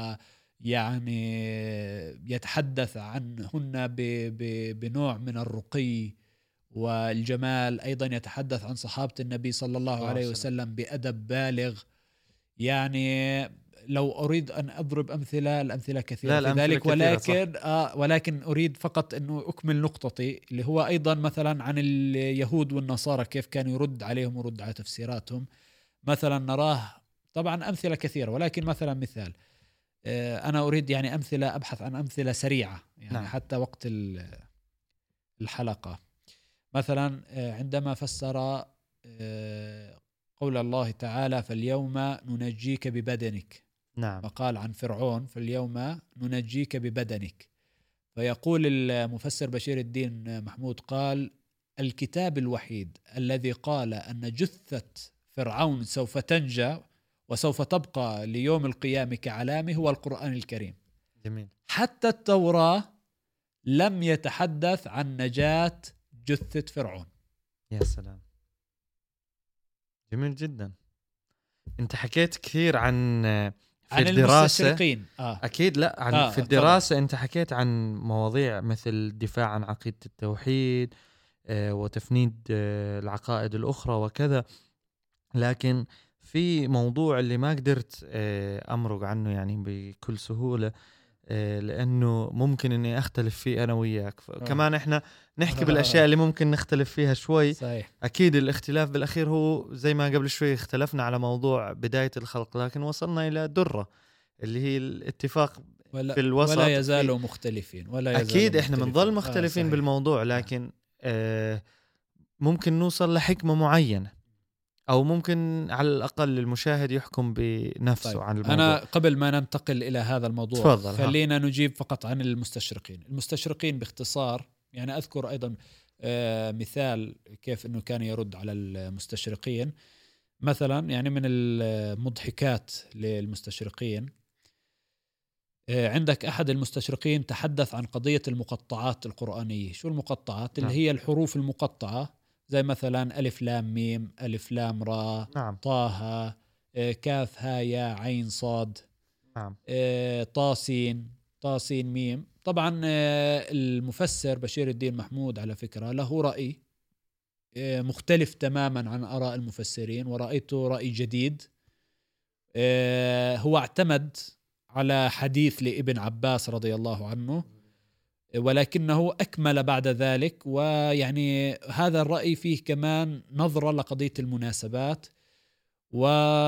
ويعني يتحدث عنهن ب... ب... بنوع من الرقي والجمال. أيضا يتحدث عن صحابة النبي صلى الله عليه وسلم بأدب بالغ. يعني لو أريد أن أضرب أمثلة الأمثلة كثيرة في ذلك، ولكن آه ولكن أريد فقط أنه أكمل نقطتي، اللي هو أيضا مثلا عن اليهود والنصارى كيف كانوا يرد عليهم ويرد على تفسيراتهم. مثلا نراه طبعا أمثلة كثيرة، ولكن مثلا مثال آه أنا أريد يعني أمثلة، أبحث عن أمثلة سريعة يعني نعم. حتى وقت الحلقة. مثلا آه عندما فسر آه قول الله تعالى فاليوم ننجيك ببدنك، نعم. فقال عن فرعون فاليوم ننجيك ببدنك، فيقول المفسر بشير الدين محمود قال الكتاب الوحيد الذي قال أن جثة فرعون سوف تنجى وسوف تبقى ليوم القيامة كعلامة هو القرآن الكريم. جميل. حتى التوراة لم يتحدث عن نجاة جثة فرعون. يا سلام، جميل جدا. انت حكيت كثير عن في عن الدراسة. آه. أكيد لا عن آه. في الدراسة طبعا. أنت حكيت عن مواضيع مثل الدفاع عن عقيدة التوحيد آه وتفنيد آه العقائد الأخرى وكذا، لكن في موضوع اللي ما قدرت آه أمرق عنه يعني بكل سهولة آه لأنه ممكن أني أختلف فيه أنا وياك. آه. كمان إحنا نحكي آه. بالأشياء اللي ممكن نختلف فيها شوي. صحيح. أكيد الاختلاف بالأخير هو زي ما قبل شوي اختلفنا على موضوع بداية الخلق، لكن وصلنا إلى درة اللي هي الاتفاق في الوسط. ولا يزالوا مختلفين ولا يزالوا أكيد إحنا مختلفين. بنظل مختلفين آه بالموضوع، لكن آه ممكن نوصل لحكمة معينة، أو ممكن على الأقل المشاهد يحكم بنفسه. طيب. عن الموضوع. أنا قبل ما ننتقل إلى هذا الموضوع تفضل. خلينا ها. نجيب فقط عن المستشرقين. المستشرقين باختصار يعني أذكر أيضا آه مثال كيف أنه كان يرد على المستشرقين. مثلا يعني من المضحكات للمستشرقين آه عندك أحد المستشرقين تحدث عن قضية المقطعات القرآنية. شو المقطعات؟ اللي هي الحروف المقطعة زي مثلا ألف لام ميم، ألف لام را، نعم. طه، كاف ها يا عين صاد، نعم. طاسين طاسين ميم. طبعا المفسر بشير الدين محمود على فكرة له رأي مختلف تماما عن آراء المفسرين، ورأيته رأي جديد. هو اعتمد على حديث لابن عباس رضي الله عنه، ولكنه أكمل بعد ذلك، ويعني هذا الرأي فيه كمان نظرة لقضية المناسبات. و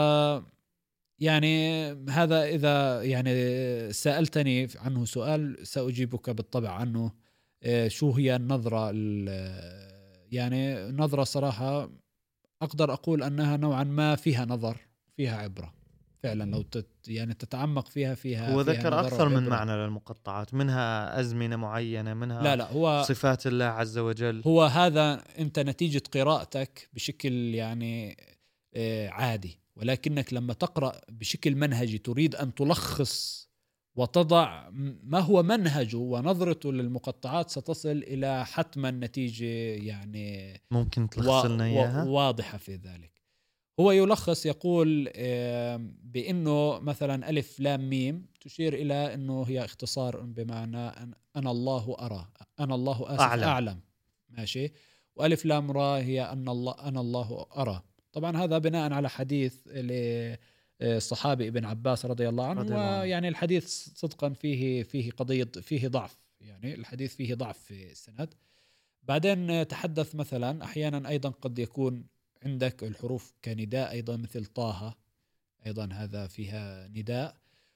يعني هذا إذا يعني سألتني عنه سؤال سأجيبك بالطبع عنه. شو هي النظرة؟ يعني نظرة صراحة أقدر أقول أنها نوعا ما فيها نظر، فيها عبرة فعلا. لو تت يعني تتعمق فيها فيها هو فيها ذكر أكثر وعبرة. من معنى للمقطعات، منها أزمنة معينة، منها لا لا هو صفات الله عز وجل. هو هذا أنت نتيجة قراءتك بشكل يعني عادي، ولكنك لما تقرأ بشكل منهجي تريد أن تلخص وتضع ما هو منهجه ونظرته للمقطعات، ستصل إلى حتما نتيجة يعني ممكن تلخص لنا إياها؟ واضحة في ذلك. هو يلخص يقول بأنه مثلا ألف لام ميم تشير إلى أنه هي اختصار بمعنى أن أنا الله أرى، أنا الله آسف أعلم, أعلم. ماشي. وألف لام را هي أن الله أنا الله أرى. طبعا هذا بناء على حديث للصحابي ابن عباس رضي الله عنه، ويعني الحديث صدقا فيه فيه قضية فيه ضعف، يعني الحديث فيه ضعف في السند. بعدين تحدث مثلا أحيانا أيضا قد يكون عندك الحروف كنداء أيضا مثل طه، أيضا هذا فيها نداء.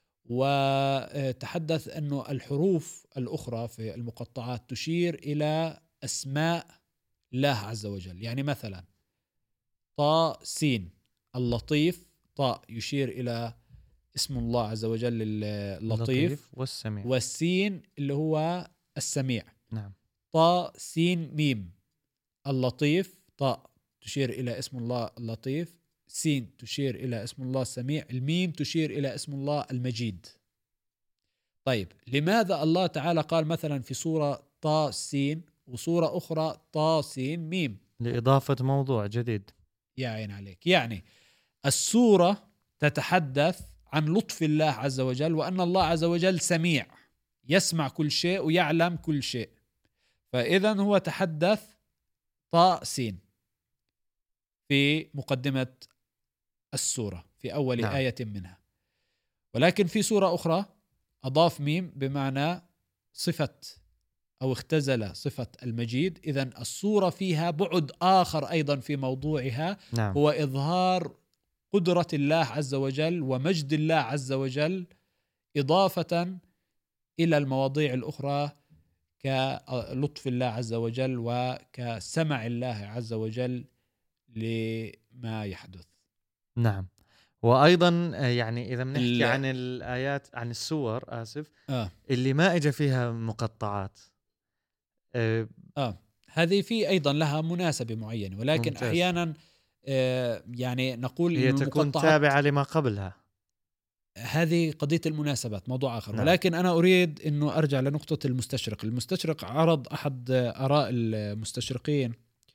وتحدث أنه الحروف الأخرى في المقطعات تشير إلى أسماء الله عز وجل. يعني مثلا طاء سين اللطيف، طاء يشير إلى اسم الله عز وجل اللطيف، والسميع، والسين اللي هو السميع. نعم. طاء سين ميم اللطيف، طاء تشير إلى اسم الله اللطيف، سين تشير إلى اسم الله السميع، الميم تشير إلى اسم الله المجيد. طيب لماذا الله تعالى قال مثلا في سورة طا سين وسورة أخرى طا سين ميم؟ لإضافة موضوع جديد. يا عين عليك. يعني السورة تتحدث عن لطف الله عز وجل، وأن الله عز وجل سميع يسمع كل شيء ويعلم كل شيء. فإذا هو تحدث طاء سين في مقدمة السورة في أول نعم. آية منها. ولكن في سورة أخرى أضاف ميم بمعنى صفة أو اختزل صفة المجيد. إذن السورة فيها بعد آخر أيضا في موضوعها، نعم. هو إظهار قدرة الله عز وجل ومجد الله عز وجل، إضافة إلى المواضيع الأخرى كلطف الله عز وجل وكسمع الله عز وجل لما يحدث. نعم. وأيضا يعني إذا بنحكي عن الآيات عن السور آسف آه. اللي ما إجا فيها مقطعات آه, آه. هذه في أيضا لها مناسبة معينة، ولكن ممتاز. أحيانا آه يعني نقول هي تكون تابعة لما قبلها. هذه قضية المناسبات موضوع آخر. نعم. ولكن أنا أريد أنه أرجع لنقطة المستشرق. المستشرق عرض أحد آراء المستشرقين،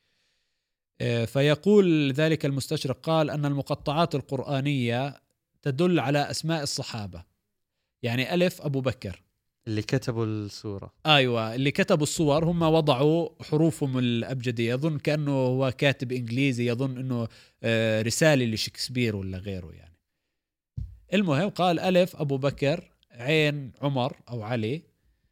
فيقول ذلك المستشرق قال أن المقطعات القرآنية تدل على أسماء الصحابة. يعني ألف أبو بكر اللي كتبوا السورة، أيوة اللي كتبوا الصور هم وضعوا حروفهم الأبجدية. يظن كأنه هو كاتب إنجليزي، يظن أنه رسالة لشكسبير ولا غيره يعني. المهم قال ألف أبو بكر، عين عمر أو علي،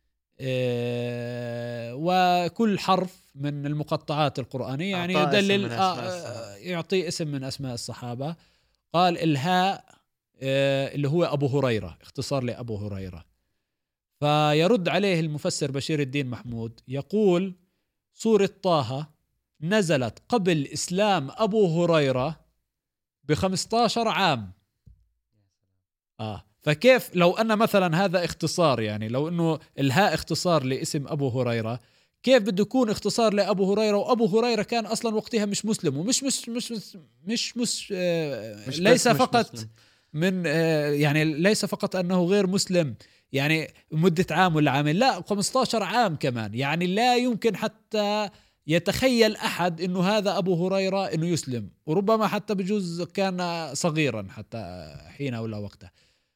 إيه وكل حرف من المقطعات القرآنية يعني يدلل آه يعطي اسم من أسماء الصحابة. قال الهاء إيه اللي هو أبو هريرة، اختصار لأبو هريرة. فيرد عليه المفسر بشير الدين محمود يقول سورة طه نزلت قبل إسلام أبو هريرة بخمسة عشر عام. آه فكيف لو أن مثلا هذا اختصار، يعني لو أنه الهاء اختصار لاسم أبو هريرة، كيف بده يكون اختصار لأبو هريرة وأبو هريرة كان أصلا وقتها مش مسلم ومش مش مش مش, مش, مش, آه مش ليس مش فقط مسلم. من آه يعني ليس فقط أنه غير مسلم يعني مدة عام ولا عامين، لا خمسة عشر عام كمان. يعني لا يمكن حتى يتخيل أحد إنه هذا أبو هريرة إنه يسلم، وربما حتى بجوز كان صغيرا حتى حين ولا وقته،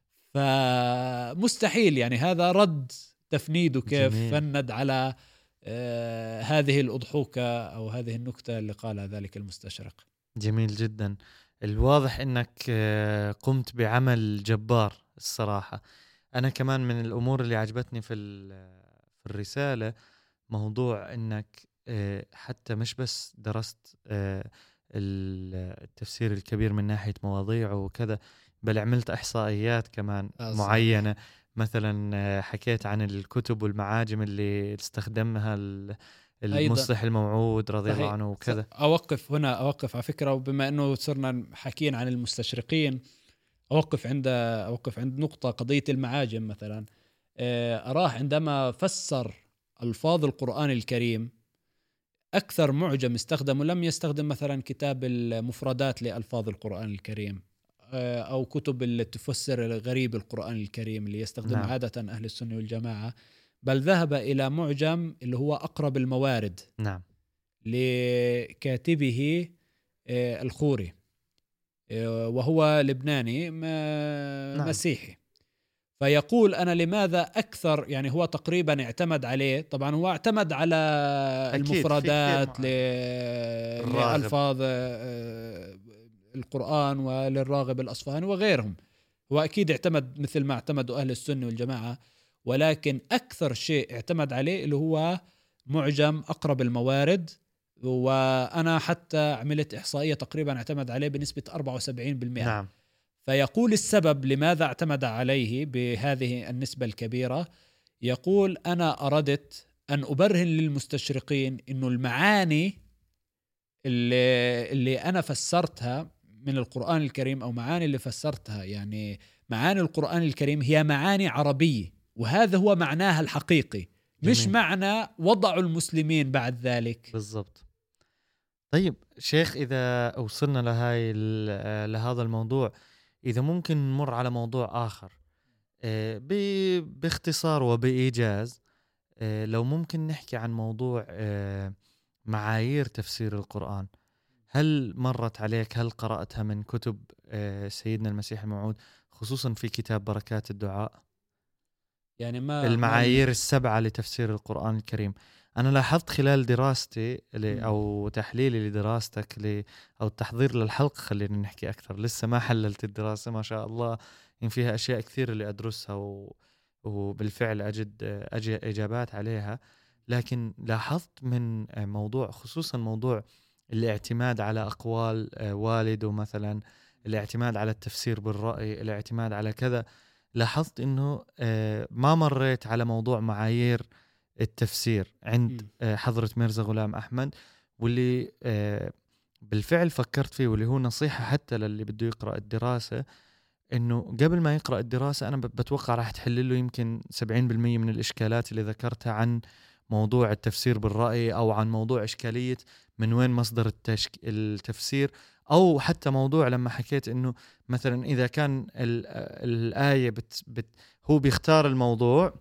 فمستحيل يعني هذا رد تفنيده كيف جميل. فند على آه هذه الأضحوكة أو هذه النكتة اللي قالها ذلك المستشرق. جميل جدا. الواضح انك قمت بعمل جبار الصراحة. انا كمان من الامور اللي عجبتني في في الرسالة موضوع انك حتى مش بس درست التفسير الكبير من ناحية مواضيعه وكذا، بل عملت احصائيات كمان أصلاً. معينة. مثلا حكيت عن الكتب والمعاجم اللي استخدمها المصلح الموعود رضي الله عنه وكذا. أوقف هنا أوقف على فكرة، وبما أنه صرنا حكيين عن المستشرقين أوقف عند أوقف عند نقطة قضية المعاجم. مثلا أراه عندما فسر ألفاظ القرآن الكريم أكثر معجم استخدمه لم يستخدم مثلا كتاب المفردات لألفاظ القرآن الكريم أو كتب اللي تفسر غريب القرآن الكريم اللي يستخدم نعم. عادة أهل السنة والجماعة، بل ذهب إلى معجم اللي هو أقرب الموارد نعم. لكاتبه الخوري، وهو لبناني نعم. مسيحي. فيقول أنا لماذا أكثر، يعني هو تقريبا اعتمد عليه، طبعا هو اعتمد على المفردات لألفاظ القرآن وللراغب الأصفهاني وغيرهم، هو أكيد اعتمد مثل ما اعتمدوا أهل السنة والجماعة، ولكن أكثر شيء اعتمد عليه اللي هو معجم أقرب الموارد. وأنا حتى عملت إحصائية تقريبا اعتمد عليه بنسبة أربعة وسبعين بالمئة. نعم. فيقول السبب لماذا اعتمد عليه بهذه النسبة الكبيرة، يقول أنا أردت أن أبرهن للمستشرقين إنه المعاني اللي, اللي أنا فسرتها من القرآن الكريم أو معاني اللي فسرتها، يعني معاني القرآن الكريم هي معاني عربية، وهذا هو معناها الحقيقي. جميل. مش معنى وضع المسلمين بعد ذلك. بالضبط. طيب شيخ، إذا وصلنا لهاي لهذا الموضوع، إذا ممكن نمر على موضوع آخر باختصار وبإيجاز، لو ممكن نحكي عن موضوع معايير تفسير القرآن. هل مرت عليك، هل قرأتها من كتب سيدنا المسيح الموعود، خصوصا في كتاب بركات الدعاء؟ يعني ما المعايير ما السبعة لتفسير القرآن الكريم. أنا لاحظت خلال دراستي أو تحليلي لدراستك ل أو التحضير للحلقة، خلينا نحكي أكثر، لسه ما حللت الدراسة ما شاء الله، إن فيها أشياء كثير اللي أدرسها و... وبالفعل أجد أجي إجابات عليها. لكن لاحظت من موضوع، خصوصا موضوع الاعتماد على أقوال والده مثلا، الاعتماد على التفسير بالرأي، الاعتماد على كذا، لاحظت إنه ما مريت على موضوع معايير التفسير عند حضرة ميرزا غلام أحمد، واللي بالفعل فكرت فيه، واللي هو نصيحة حتى للي بده يقرأ الدراسة، إنه قبل ما يقرأ الدراسة أنا بتوقع راح تحل له يمكن سبعين بالمية من الإشكالات اللي ذكرتها عن موضوع التفسير بالرأي، أو عن موضوع إشكالية من وين مصدر التشك... التفسير، أو حتى موضوع لما حكيت إنه مثلا إذا كان الآية بت... بت... هو بيختار الموضوع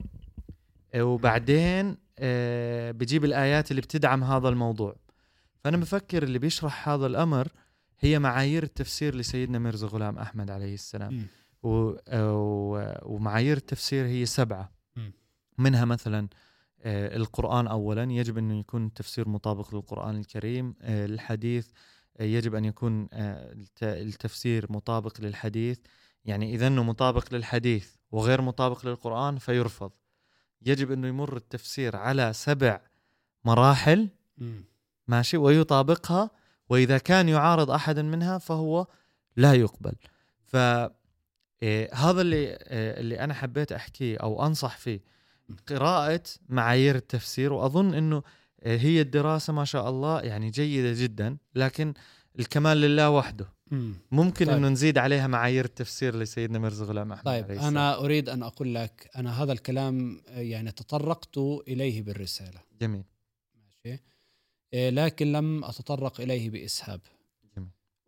وبعدين آه بيجيب الآيات اللي بتدعم هذا الموضوع. فأنا بفكر اللي بيشرح هذا الأمر هي معايير التفسير لسيدنا ميرزا غلام أحمد عليه السلام. و... و... ومعايير التفسير هي سبعة. م. منها مثلا آه القرآن أولا يجب أن يكون التفسير مطابق للقرآن الكريم. آه الحديث آه يجب أن يكون آه التفسير مطابق للحديث، يعني إذا أنه مطابق للحديث وغير مطابق للقرآن فيرفض. يجب أنه يمر التفسير على سبع مراحل م. ماشي ويطابقها، وإذا كان يعارض أحدا منها فهو لا يقبل. فهذا اللي اللي أنا حبيت أحكيه أو أنصح فيه، قراءة معايير التفسير. وأظن أنه هي الدراسة ما شاء الله يعني جيدة جدا، لكن الكمال لله وحده. ممكن طيب. أنه نزيد عليها معايير التفسير لسيدنا ميرزا غلام أحمد. طيب أنا أريد أن أقول لك، أنا هذا الكلام يعني تطرقت إليه بالرسالة. جميل. ماشي. لكن لم أتطرق إليه بإسهاب. جميل.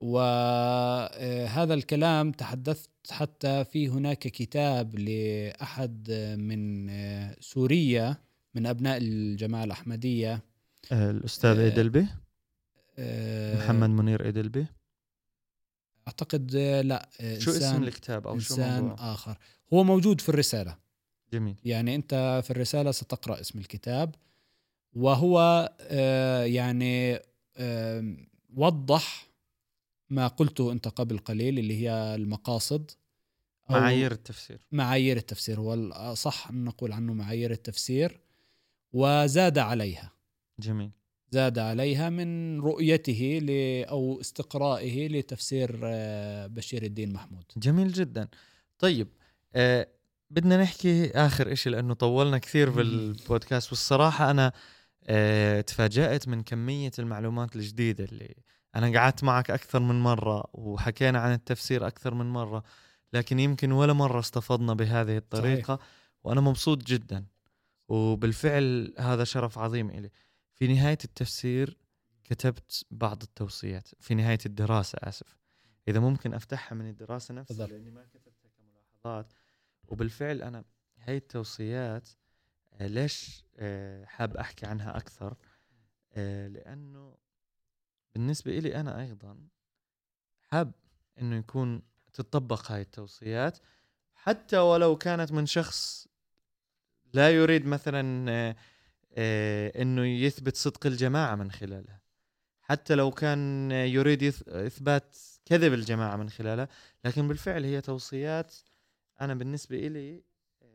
وهذا الكلام تحدثت حتى في هناك كتاب لأحد من سوريا من أبناء الجماعة الأحمدية، آه، الأستاذ آه، إدلبي آه، محمد منير إدلبي. أعتقد آه، لا آه، شو اسم إنسان الكتاب أو شو إنسان موضوعه؟ آخر. هو موجود في الرسالة، جميل. يعني أنت في الرسالة ستقرأ اسم الكتاب، وهو آه، يعني آه، وضح ما قلته أنت قبل قليل اللي هي المقاصد أو معايير التفسير. معايير التفسير، هو الأصح أن نقول عنه معايير التفسير، وزاد عليها جميل. زاد عليها من رؤيته ل أو استقرائه لتفسير آه، بشير الدين محمود. جميل جدا. طيب آه بدنا نحكي آخر إشي لأنه طولنا كثير بالبودكاست، والصراحة أنا آه تفاجأت من كمية المعلومات الجديدة اللي أنا قعدت معك أكثر من مرة وحكينا عن التفسير أكثر من مرة، لكن يمكن ولا مرة استفضنا بهذه الطريقة. صحيح. وأنا مبسوط جدا، وبالفعل هذا شرف عظيم إلي. في نهاية التفسير كتبت بعض التوصيات في نهاية الدراسة، آسف إذا ممكن أفتحها من الدراسة نفسها لأني ما كتبتها كملاحظات. وبالفعل أنا هاي التوصيات آه ليش آه حاب أحكي عنها أكثر، آه لأنه بالنسبة إلي أنا أيضا حاب أنه يكون تطبق هاي التوصيات، حتى ولو كانت من شخص لا يريد مثلا آه آه أنه يثبت صدق الجماعة من خلالها، حتى لو كان يريد إثبات كذب الجماعة من خلالها، لكن بالفعل هي توصيات أنا بالنسبة إلي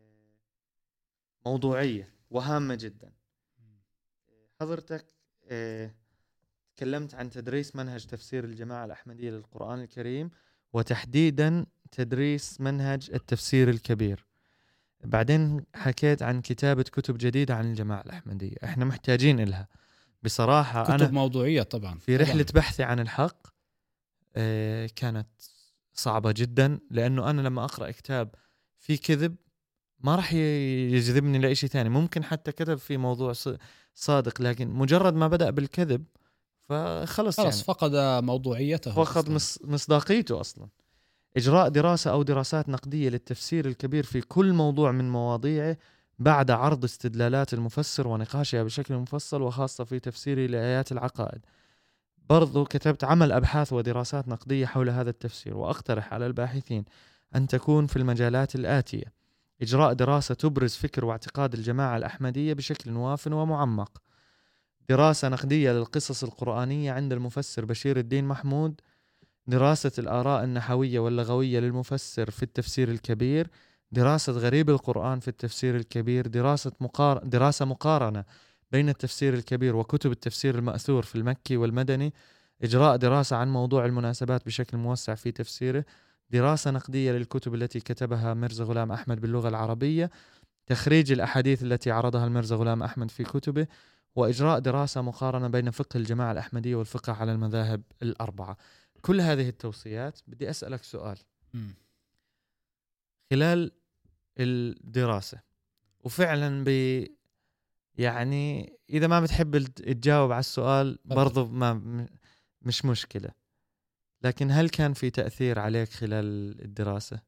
موضوعية وهامة جدا. حضرتك تكلمت عن تدريس منهج تفسير الجماعة الأحمدية للقرآن الكريم، وتحديدا تدريس منهج التفسير الكبير. بعدين حكيت عن كتابة كتب جديدة عن الجماعة الأحمدية، احنا محتاجين إلها بصراحة. كتب أنا موضوعية طبعا في رحلة طبعاً. بحثي عن الحق كانت صعبة جدا، لأنه أنا لما أقرأ كتاب فيه كذب ما راح يجذبني لأي ثاني. ممكن حتى كتب في موضوع صادق، لكن مجرد ما بدأ بالكذب فخلص يعني فقد موضوعيته، فقد مصداقيته أصلا. إجراء دراسة أو دراسات نقدية للتفسير الكبير في كل موضوع من مواضيعه بعد عرض استدلالات المفسر ونقاشها بشكل مفصل، وخاصة في تفسيره لآيات العقائد. برضو كتبت عمل أبحاث ودراسات نقدية حول هذا التفسير، وأقترح على الباحثين أن تكون في المجالات الآتية: إجراء دراسة تبرز فكر واعتقاد الجماعة الأحمدية بشكل واف ومعمق، دراسة نقدية للقصص القرآنية عند المفسر بشير الدين محمود، دراسة الآراء النحوية واللغوية للمفسر في التفسير الكبير، دراسة غريب القرآن في التفسير الكبير، دراسة مقار... دراسة مقارنة بين التفسير الكبير وكتب التفسير المأثور في المكي والمدني، إجراء دراسة عن موضوع المناسبات بشكل موسع في تفسيره، دراسة نقدية للكتب التي كتبها ميرزا غلام أحمد باللغة العربية، تخريج الأحاديث التي عرضها الميرزا غلام أحمد في كتبه، وإجراء دراسة مقارنة بين فقه الجماعة الأحمدية والفقه على المذاهب الأربعة. كل هذه التوصيات بدي أسألك سؤال. م. خلال الدراسة وفعلا ب يعني إذا ما بتحب تجاوب على السؤال برضو ما مش مشكلة، لكن هل كان في تأثير عليك خلال الدراسة،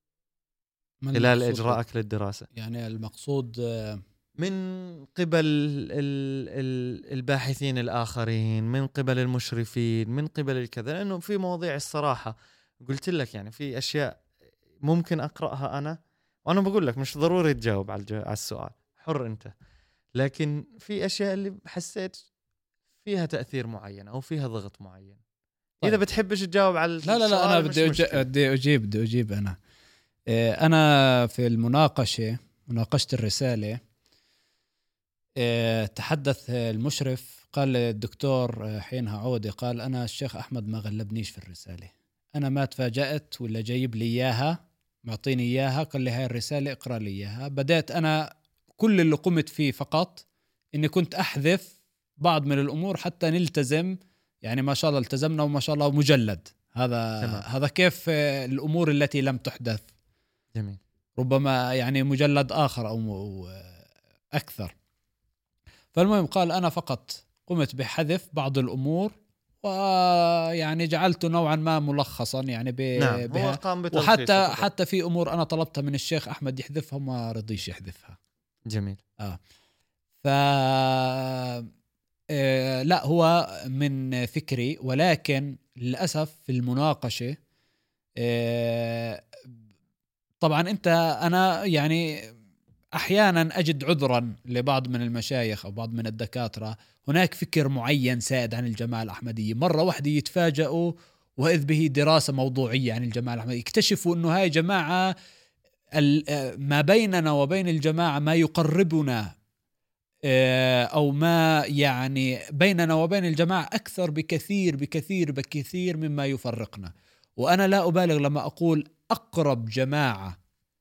خلال إجراءك للدراسة؟ يعني المقصود من قبل الباحثين الآخرين، من قبل المشرفين، من قبل الكذا، لأنه في مواضيع الصراحة قلت لك يعني في أشياء ممكن أقرأها أنا وأنا بقول لك مش ضروري تجاوب على السؤال، حر أنت، لكن في أشياء اللي حسيت فيها تأثير معين أو فيها ضغط معين. طيب. إذا بتحبش تجاوب على السؤال لا لا لا أنا بدي أج... بدي أجيب بدي أجيب أنا إيه أنا في المناقشة مناقشة الرسالة إيه تحدث المشرف، قال الدكتور حينها عودة، قال أنا الشيخ أحمد ما غلبنيش في الرسالة، أنا ما تفاجأت ولا جايب لي إياها معطيني إياها، قال لي هاي الرسالة اقرأ لي إياها. بدأت أنا كل اللي قمت فيه فقط إني كنت أحذف بعض من الأمور حتى نلتزم، يعني ما شاء الله التزمنا وما شاء الله مجلد هذا تمام. هذا كيف الأمور التي لم تحدث. جميل. ربما يعني مجلد آخر أو أكثر. فالمهم قال أنا فقط قمت بحذف بعض الأمور ويعني جعلته نوعا ما ملخصا يعني ب... نعم هو قام وحتى فقط. حتى في أمور أنا طلبتها من الشيخ أحمد يحذفها ما رضيش يحذفها. جميل. آه. ف آه لا هو من فكري، ولكن للأسف في المناقشة آه طبعا أنت أنا يعني أحيانا أجد عذرا لبعض من المشايخ أو بعض من الدكاترة، هناك فكر معين سائد عن الجماعة الأحمدية، مرة واحدة يتفاجئوا وإذ به دراسة موضوعية عن الجماعة الأحمدية، يكتشفوا أنه هاي جماعة ما بيننا وبين الجماعة ما يقربنا أو ما يعني بيننا وبين الجماعة أكثر بكثير بكثير بكثير مما يفرقنا. وأنا لا أبالغ لما أقول أقرب جماعة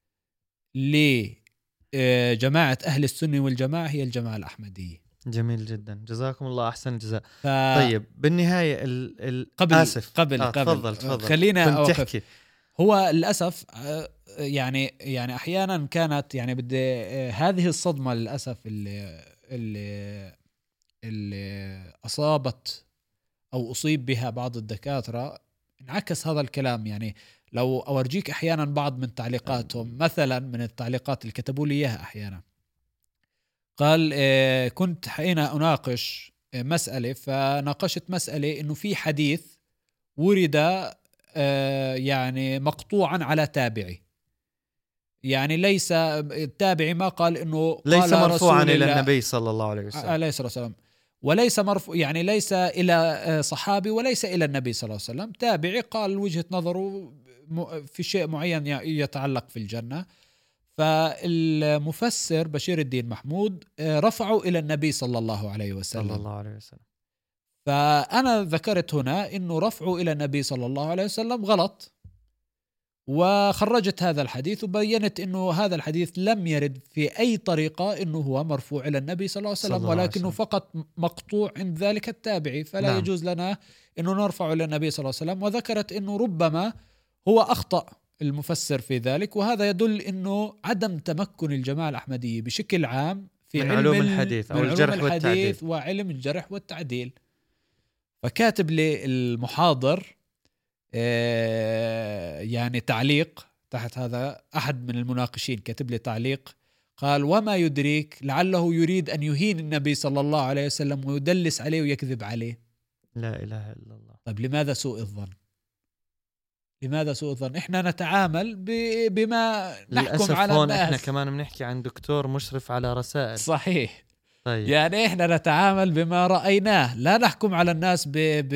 لجماعة أهل السنة والجماعة هي الجماعة الأحمدية. جميل جدا، جزاكم الله أحسن الجزاء. ف... طيب بالنهاية ال... ال... قبل آسف قبل آه قبل تفضل تفضل خلينا كنت أوقف. تحكي. هو للأسف يعني يعني أحيانا كانت يعني بدي هذه الصدمة للأسف اللي اللي اللي أصابت أو أصيب بها بعض الدكاترة انعكس هذا الكلام. يعني لو أورجيك أحيانا بعض من تعليقاتهم، مثلا من التعليقات اللي كتبوا لي إياها أحيانا، قال كنت حين أناقش مسألة، فناقشت مسألة إنه في حديث ورد يعني مقطوعا على تابعي، يعني ليس التابعي ما قال إنه ليس قال مرفوعا رسول إلى الله النبي صلى الله عليه وسلم عليه الصلاة والسلام، وليس مرفوع يعني ليس إلى صحابي وليس إلى النبي صلى الله عليه وسلم، تابعي قال وجهة نظره في شيء معين يتعلق في الجنة. فالمفسر بشير الدين محمود رفعوا إلى النبي صلى الله عليه وسلم صلى الله عليه وسلم. فأنا ذكرت هنا إنه رفعوا إلى النبي صلى الله عليه وسلم غلط، وخرجت هذا الحديث وبينت إنه هذا الحديث لم يرد في أي طريقة إنه هو مرفوع إلى النبي صلى الله عليه وسلم، ولكنه فقط مقطوع عند ذلك التابعي، فلا نعم. يجوز لنا إنه نرفع إلى النبي صلى الله عليه وسلم. وذكرت إنه ربما هو أخطأ المفسر في ذلك، وهذا يدل إنه عدم تمكن الجماعة الأحمدية بشكل عام في من علم علوم الحديث أو الجرح والتعديل وعلم الجرح والتعديل. فكاتب لي المحاضر يعني تعليق تحت هذا، أحد من المناقشين كتب لي تعليق قال: وما يدريك لعله يريد أن يهين النبي صلى الله عليه وسلم ويدلس عليه ويكذب عليه. لا إله إلا الله. طيب لماذا سوء الظن؟ لماذا سوء الظن؟ إحنا نتعامل بما نحكم على الناس. إحنا كمان بنحكي عن دكتور مشرف على رسائل. صحيح. طيب. يعني إحنا نتعامل بما رأيناه، لا نحكم على الناس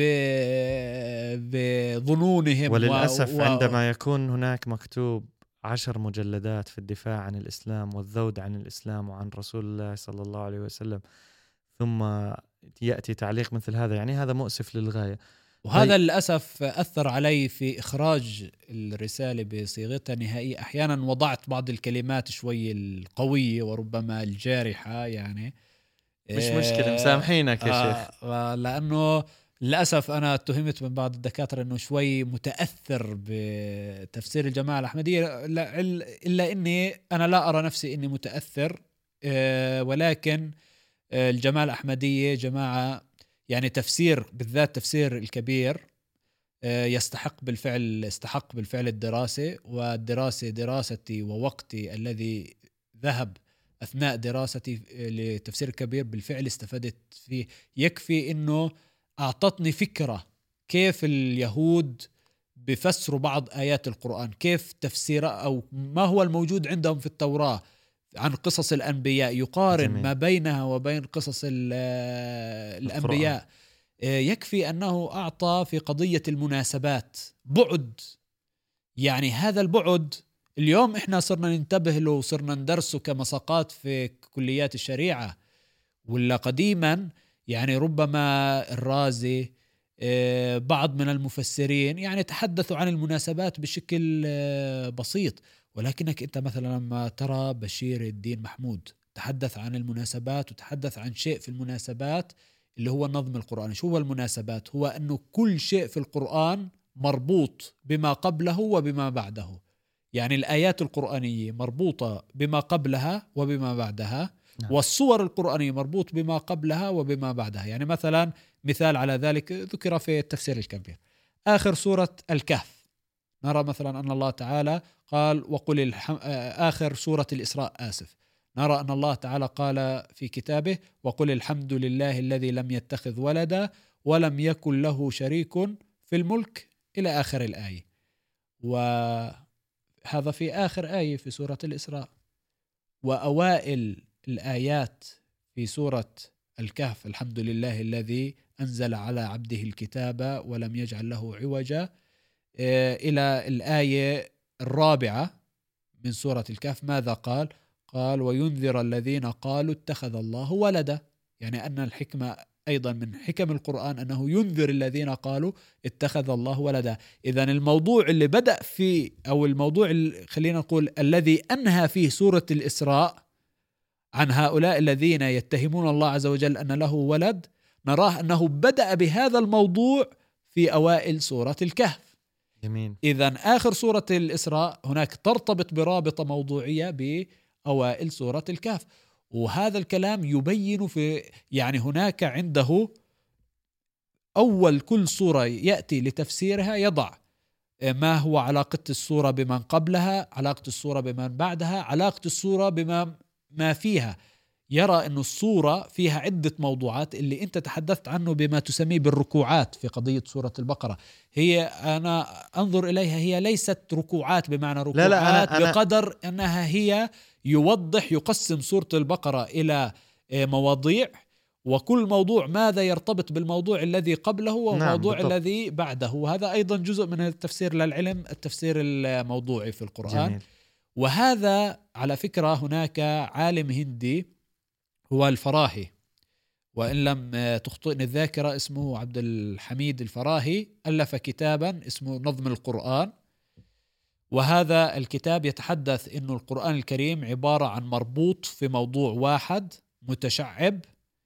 بظنونهم. وللأسف و... عندما يكون هناك مكتوب عشر مجلدات في الدفاع عن الإسلام والذود عن الإسلام وعن رسول الله صلى الله عليه وسلم، ثم يأتي تعليق مثل هذا، يعني هذا مؤسف للغاية. وهذا طيب. للأسف أثر علي في إخراج الرسالة بصيغتها النهائية. أحيانا وضعت بعض الكلمات شوي القوية وربما الجارحة، يعني مش مشكلة، مسامحينك يا آه شيخ. آه لأنه للأسف أنا اتهمت من بعض الدكاترة أنه شوي متأثر بتفسير الجماعة الأحمدية، إلا أني أنا لا أرى نفسي أني متأثر، آه ولكن آه الجماعة الأحمدية جماعة يعني تفسير، بالذات تفسير الكبير آه يستحق بالفعل استحق بالفعل الدراسة، والدراسة دراستي ووقتي الذي ذهب أثناء دراستي لتفسير الكبير بالفعل استفدت فيه. يكفي أنه أعطتني فكرة كيف اليهود بفسروا بعض آيات القرآن، كيف تفسير أو ما هو الموجود عندهم في التوراة عن قصص الأنبياء، يقارن جميل. ما بينها وبين قصص الأنبياء. يكفي أنه أعطى في قضية المناسبات بعد، يعني هذا البعد اليوم إحنا صرنا ننتبه له وصرنا ندرسه كمساقات في كليات الشريعة، ولا قديما يعني ربما الرازي بعض من المفسرين يعني تحدثوا عن المناسبات بشكل بسيط، ولكنك أنت مثلا لما ترى بشير الدين محمود تحدث عن المناسبات وتحدث عن شيء في المناسبات اللي هو النظم القرآني. شو هو المناسبات؟ هو أنه كل شيء في القرآن مربوط بما قبله وبما بعده، يعني الآيات القرآنية مربوطة بما قبلها وبما بعدها، نعم. والصور القرآنية مربوط بما قبلها وبما بعدها. يعني مثلا مثال على ذلك ذكر في التفسير الكبير آخر سورة الكهف، نرى مثلا أن الله تعالى قال وقل الحم... آخر سورة الإسراء آسف نرى أن الله تعالى قال في كتابه وقل الحمد لله الذي لم يتخذ ولدا ولم يكن له شريك في الملك إلى آخر الآية. وهذا في آخر آية في سورة الإسراء. وأوائل الآيات في سورة الكهف الحمد لله الذي أنزل على عبده الكتاب ولم يجعل له عوجا إلى الآية الرابعة من سورة الكهف ماذا قال؟ قال وينذر الذين قالوا اتخذ الله ولدا، يعني أن الحكمة أيضا من حكم القرآن أنه ينذر الذين قالوا اتخذ الله ولدا. إذن الموضوع اللي بدأ فيه أو الموضوع اللي خلينا نقول الذي أنهى فيه سورة الإسراء عن هؤلاء الذين يتهمون الله عز وجل أن له ولد، نراه أنه بدأ بهذا الموضوع في أوائل سورة الكهف. جميل. إذن آخر سورة الإسراء هناك ترتبط برابطة موضوعية بأوائل سورة الكهف. وهذا الكلام يبين في يعني هناك عنده أول كل سورة يأتي لتفسيرها يضع ما هو علاقة السورة بمن قبلها، علاقة السورة بمن بعدها، علاقة السورة بما ما فيها. يرى أن السورة فيها عدة موضوعات اللي أنت تحدثت عنه بما تسميه بالركوعات في قضية سورة البقرة. هي أنا أنظر إليها هي ليست ركوعات بمعنى ركوعات، لا لا أنا أنا بقدر أنها هي يوضح يقسم سورة البقرة إلى مواضيع، وكل موضوع ماذا يرتبط بالموضوع الذي قبله والموضوع نعم الذي بعده. وهذا أيضا جزء من التفسير للعلم، التفسير الموضوعي في القرآن. جميل. وهذا على فكرة هناك عالم هندي هو الفراهي، وإن لم تخطئني الذاكرة اسمه عبد الحميد الفراهي، ألف كتابا اسمه نظم القرآن. وهذا الكتاب يتحدث إنه القرآن الكريم عبارة عن مربوط في موضوع واحد متشعب،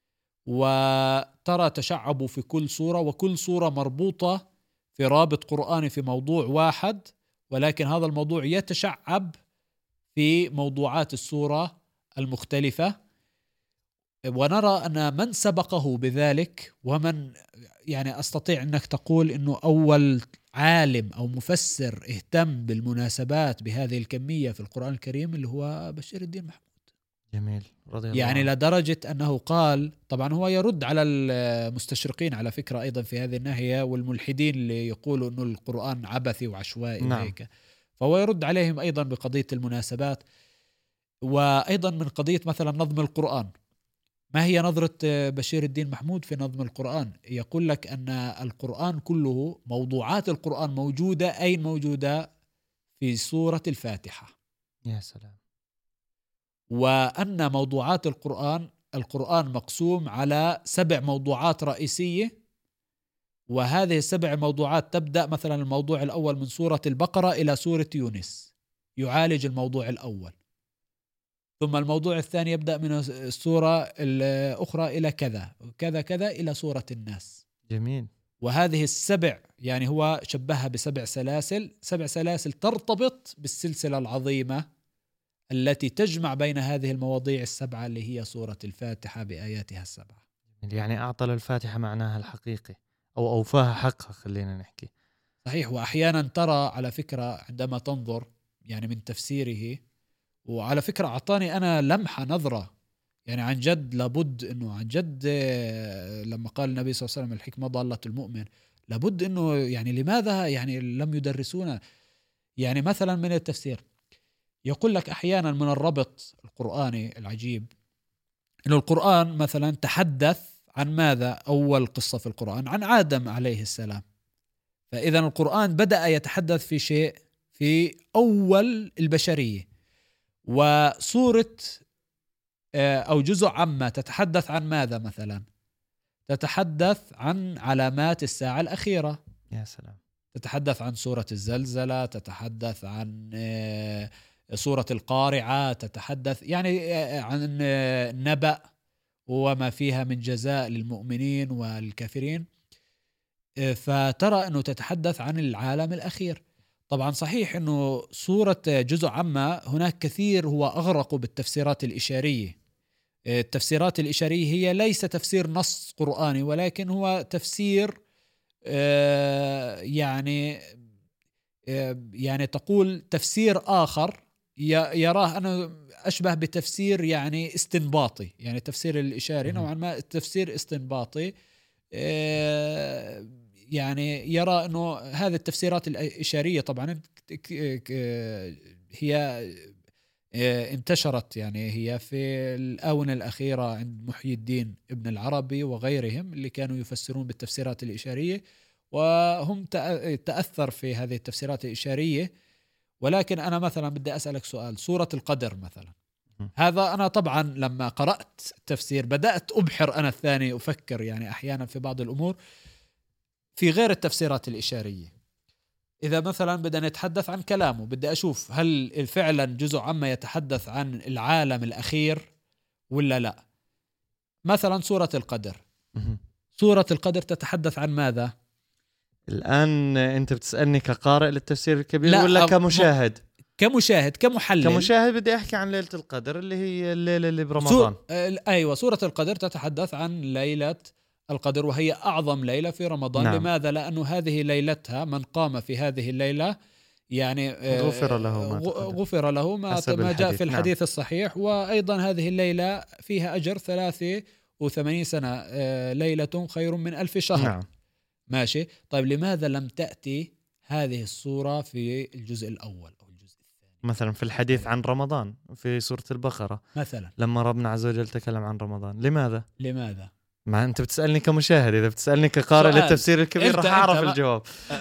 وترى تشعبه في كل سورة، وكل سورة مربوطة في رابط قرآني في موضوع واحد، ولكن هذا الموضوع يتشعب في موضوعات السورة المختلفة. ونرى أن من سبقه بذلك ومن يعني أستطيع أنك تقول أنه أول عالم أو مفسر اهتم بالمناسبات بهذه الكمية في القرآن الكريم اللي هو بشير الدين محمود. جميل رضي الله يعني عنه. لدرجة أنه قال، طبعا هو يرد على المستشرقين على فكرة أيضا في هذه الناحية والملحدين اللي يقولوا أنه القرآن عبثي وعشوائي نعم. وهيك، فهو يرد عليهم أيضا بقضية المناسبات. وأيضا من قضية مثلا نظم القرآن، ما هي نظرة بشير الدين محمود في نظم القرآن؟ يقول لك أن القرآن كله موضوعات القرآن موجودة أين موجودة؟ في سورة الفاتحة. يا سلام. وأن موضوعات القرآن القرآن مقسوم على سبع موضوعات رئيسية، وهذه السبع موضوعات تبدأ مثلا الموضوع الأول من سورة البقرة إلى سورة يونس يعالج الموضوع الأول، ثم الموضوع الثاني يبدأ من السورة الأخرى إلى كذا وكذا كذا إلى سورة الناس. جميل. وهذه السبع يعني هو شبهها بسبع سلاسل، سبع سلاسل ترتبط بالسلسلة العظيمة التي تجمع بين هذه المواضيع السبعة اللي هي سورة الفاتحة بآياتها السبعة. يعني أعطى للفاتحة معناها الحقيقي أو أوفاها حقها، خلينا نحكي. صحيح. وأحيانا ترى على فكرة عندما تنظر يعني من تفسيره، وعلى فكرة أعطاني أنا لمحة نظرة يعني عن جد لابد أنه عن جد لما قال النبي صلى الله عليه وسلم الحكمة ضالة المؤمن، لابد أنه يعني لماذا يعني لم يدرسونا يعني مثلا من التفسير. يقول لك أحيانا من الربط القرآني العجيب أنه القرآن مثلا تحدث عن ماذا؟ أول قصة في القرآن عن آدم عليه السلام، فإذا القرآن بدأ يتحدث في شيء في أول البشرية. وسورة أو جزء عما تتحدث عن ماذا مثلا؟ تتحدث عن علامات الساعة الأخيرة. يا سلام. تتحدث عن سورة الزلزلة، تتحدث عن سورة القارعة، تتحدث يعني عن النبأ وما فيها من جزاء للمؤمنين والكافرين. فترى أنه تتحدث عن العالم الأخير. طبعا صحيح أنه سورة جزء عما هناك كثير هو أغرق بالتفسيرات الإشارية. التفسيرات الإشارية هي ليس تفسير نص قرآني، ولكن هو تفسير يعني يعني تقول تفسير آخر يراه أنا أشبه بتفسير يعني استنباطي، يعني تفسير الإشاري نوعا ما تفسير استنباطي. يعني يرى أنه هذه التفسيرات الإشارية طبعا هي انتشرت، يعني هي في الآونة الأخيرة عند محي الدين ابن العربي وغيرهم اللي كانوا يفسرون بالتفسيرات الإشارية، وهم تأثر في هذه التفسيرات الإشارية. ولكن أنا مثلا بدي أسألك سؤال، سورة القدر مثلا، هذا أنا طبعا لما قرأت التفسير بدأت أبحر أنا الثاني أفكر يعني أحيانا في بعض الأمور في غير التفسيرات الإشارية. إذا مثلا بدنا نتحدث عن كلامه بدي أشوف هل فعلا جزء عما يتحدث عن العالم الأخير ولا لا. مثلا سورة القدر، سورة القدر تتحدث عن ماذا؟ الآن أنت بتسألني كقارئ للتفسير الكبير ولا كمشاهد؟ كمشاهد كمحلل. كمشاهد بدي أحكي عن ليلة القدر اللي هي الليلة اللي برمضان. سور... أيوة، سورة القدر تتحدث عن ليلة القدر وهي أعظم ليلة في رمضان. نعم. لماذا؟ لأنه هذه ليلتها من قام في هذه الليلة يعني غفر له ما, غفر له ما, ما جاء في الحديث. نعم. الصحيح. وأيضا هذه الليلة فيها أجر ثلاثة وثمانين سنة، ليلة خير من ألف شهر. نعم. ماشي. طيب لماذا لم تأتي هذه السورة في الجزء الأول أو الجزء الثاني؟ مثلا في الحديث عن رمضان في سورة البقرة مثلا لما ربنا عز وجل تكلم عن رمضان، لماذا؟ لماذا؟ ما أنت بتسألني كمشاهد، إذا بتسألني كقارئ للتفسير الكبير رح أعرف الجواب.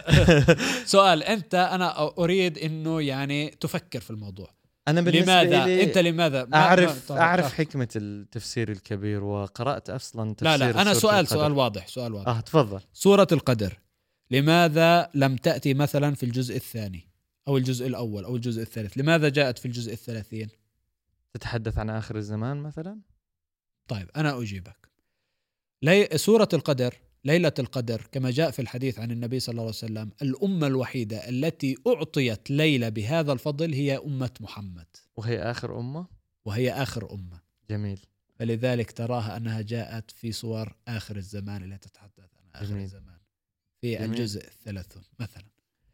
سؤال أنت، أنا أريد إنه يعني تفكر في الموضوع. أنا لماذا أنت لماذا أعرف أعرف حكمة التفسير الكبير وقرأت أصلا تفسير. لا لا أنا سؤال القدر. سؤال واضح سؤال واضح آه تفضل. سورة القدر لماذا لم تأتي مثلا في الجزء الثاني أو الجزء الأول أو الجزء الثالث؟ لماذا جاءت في الجزء الثلاثين؟ تتحدث عن آخر الزمان مثلا. طيب أنا أجيبك. لي سورة القدر، ليلة القدر كما جاء في الحديث عن النبي صلى الله عليه وسلم، الأمة الوحيدة التي أعطيت ليلة بهذا الفضل هي أمة محمد، وهي آخر أمة وهي آخر أمة. جميل. فلذلك تراها أنها جاءت في صور آخر الزمان التي تتحدث عن آخر جميل. الزمان في جميل. الجزء الثلاثون مثلا.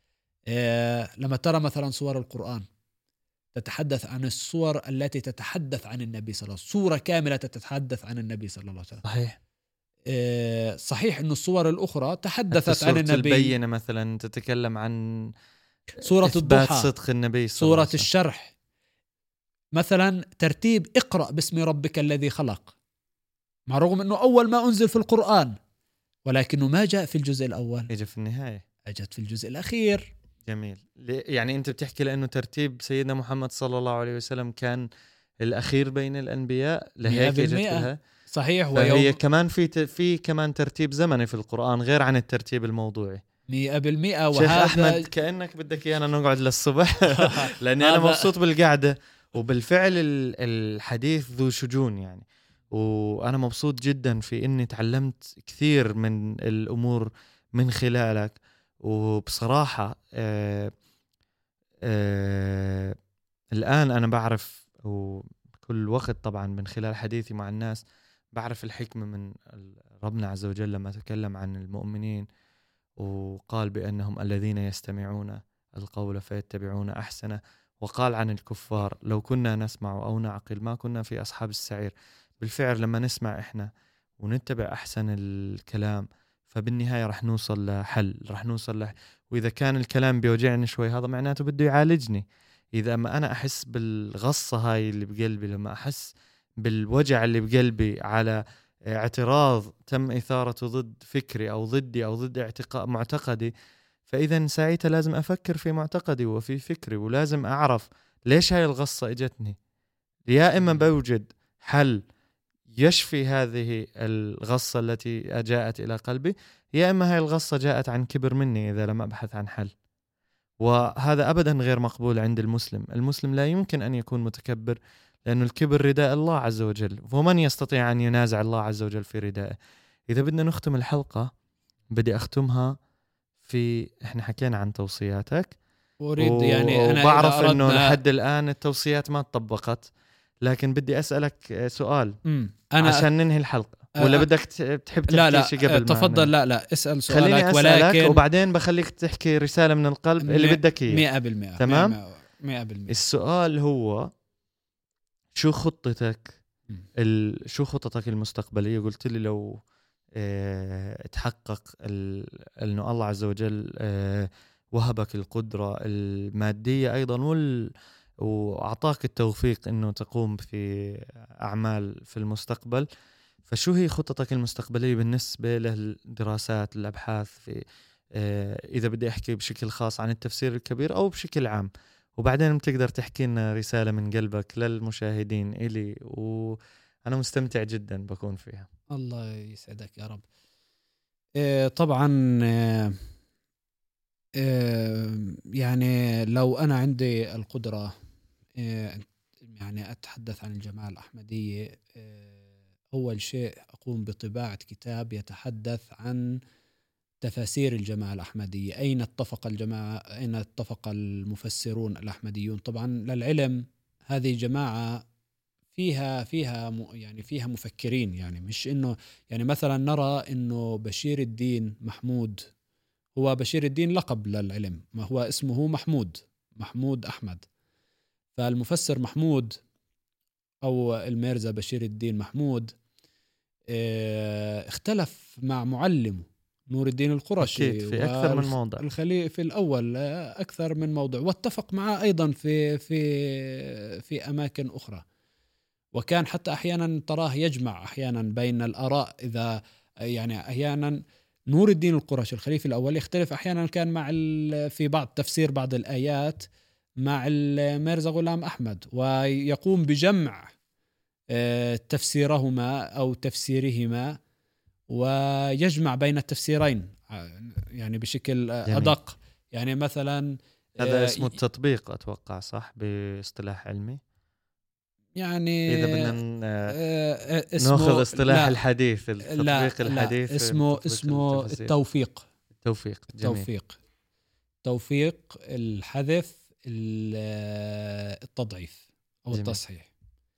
إيه لما ترى مثلا صور القرآن تتحدث عن الصور التي تتحدث عن النبي صلى الله عليه وسلم، صورة كاملة تتحدث عن النبي صلى الله عليه وسلم. صحيح. إيه صحيح إنه الصور الأخرى تحدثت عن النبي. البينة مثلا تتكلم عن سورة الضحى، صدق النبي صلى سورة الله عليه وسلم. الشرح مثلا، ترتيب اقرأ باسم ربك الذي خلق، مع رغم أنه أول ما أنزل في القرآن، ولكنه ما جاء في الجزء الأول، اجى في النهاية، أجت في الجزء الأخير. جميل. يعني أنت بتحكي لأنه ترتيب سيدنا محمد صلى الله عليه وسلم كان الأخير بين الأنبياء، لهيك اجت لها. صحيح. وهي كمان في في كمان ترتيب زمني في القرآن غير عن الترتيب الموضوعي مئة بالمئة. شيخ أحمد كأنك بدك إيانا نقعد للصبح لأني أنا مبسوط بالقعدة، وبالفعل الحديث ذو شجون يعني، وأنا مبسوط جدا في إني تعلمت كثير من الأمور من خلالك. وبصراحة آآ آآ الآن أنا بعرف، وكل وقت طبعا من خلال حديثي مع الناس بعرف الحكمة من ربنا عز وجل لما تكلم عن المؤمنين وقال بأنهم الذين يستمعون القول فيتبعون أحسنه، وقال عن الكفار لو كنا نسمع أو نعقل ما كنا في أصحاب السعير. بالفعل لما نسمع إحنا ونتبع أحسن الكلام فبالنهاية رح نوصل لحل، رح نوصل لح... وإذا كان الكلام بيوجعني شوي هذا معناته بده يعالجني. إذا ما أنا أحس بالغصة هاي اللي بقلبي، لما أحس بالوجع اللي بقلبي على اعتراض تم إثارته ضد فكري أو ضدي أو ضد اعتقاد معتقدي، فإذا ساعتها لازم أفكر في معتقدي وفي فكري، ولازم أعرف ليش هاي الغصة إجتني. يا إما بوجد حل يشفي هذه الغصة التي جاءت إلى قلبي، يا إما هاي الغصة جاءت عن كبر مني إذا لم أبحث عن حل. وهذا أبدا غير مقبول عند المسلم. المسلم لا يمكن أن يكون متكبر، لأن الكبر رداء الله عز وجل، ومن يستطيع أن ينازع الله عز وجل في ردائه. إذا بدنا نختم الحلقة بدي أختمها في، إحنا حكينا عن توصياتك، أريد و... يعني أنا وبعرف أنه لحد الآن التوصيات ما تطبقت، لكن بدي أسألك سؤال أنا عشان ننهي الحلقة، ولا أه بدك تحب تحكي لا لا شيء قبل؟ تفضل. لا لا اسأل سؤالك، خليني أسألك ولكن وبعدين بخليك تحكي رسالة من القلب اللي بدك إياه. مئة بالمئة تمام. مئة بالمئة. السؤال هو شو خطتك ال... شو خطتك المستقبلية؟ قلت لي لو اه... تحقق ال... انه الله عز وجل اه... وهبك القدرة المادية ايضا وال... واعطاك التوفيق انه تقوم في اعمال في المستقبل، فشو هي خطتك المستقبلية بالنسبة للدراسات الابحاث في اه... اذا بدي احكي بشكل خاص عن التفسير الكبير او بشكل عام، وبعدين بتقدر تحكي لنا رسالة من قلبك للمشاهدين إلي، وأنا مستمتع جدا بكون فيها. الله يسعدك يا رب. إيه طبعا إيه إيه يعني لو أنا عندي القدرة إيه يعني أتحدث عن الجماعة الأحمدية، إيه أول شيء أقوم بطباعة كتاب يتحدث عن تفاسير الجماعة الأحمدية، أين اتفق الجماعة، أين اتفق المفسرون الأحمديون. طبعا للعلم هذه جماعة فيها فيها يعني فيها مفكرين، يعني مش إنه يعني مثلا نرى إنه بشير الدين محمود، هو بشير الدين لقب للعلم، ما هو اسمه محمود محمود أحمد، فالمفسر محمود أو الميرزا بشير الدين محمود اه اختلف مع معلمه نور الدين القرشي أكيد في أكثر من موضع، والخليفة في الأول أكثر من موضع، واتفق معه أيضا في في في أماكن أخرى، وكان حتى أحيانا تراه يجمع أحيانا بين الآراء، إذا يعني أحيانا نور الدين القرشي الخليفة الأول يختلف أحيانا كان مع في بعض تفسير بعض الآيات مع الميرزا غلام أحمد، ويقوم بجمع تفسيرهما أو تفسيرهما ويجمع بين التفسيرين يعني بشكل جميل. أدق. يعني مثلا هذا اسمه التطبيق أتوقع، صح باصطلاح علمي؟ يعني إذا بدنا نأخذ اصطلاح الحديث التطبيق لا الحديث لا اسمه اسمه التوفيق. التوفيق جميل. توفيق توفيق الحذف التضعيف أو جميل. التصحيح،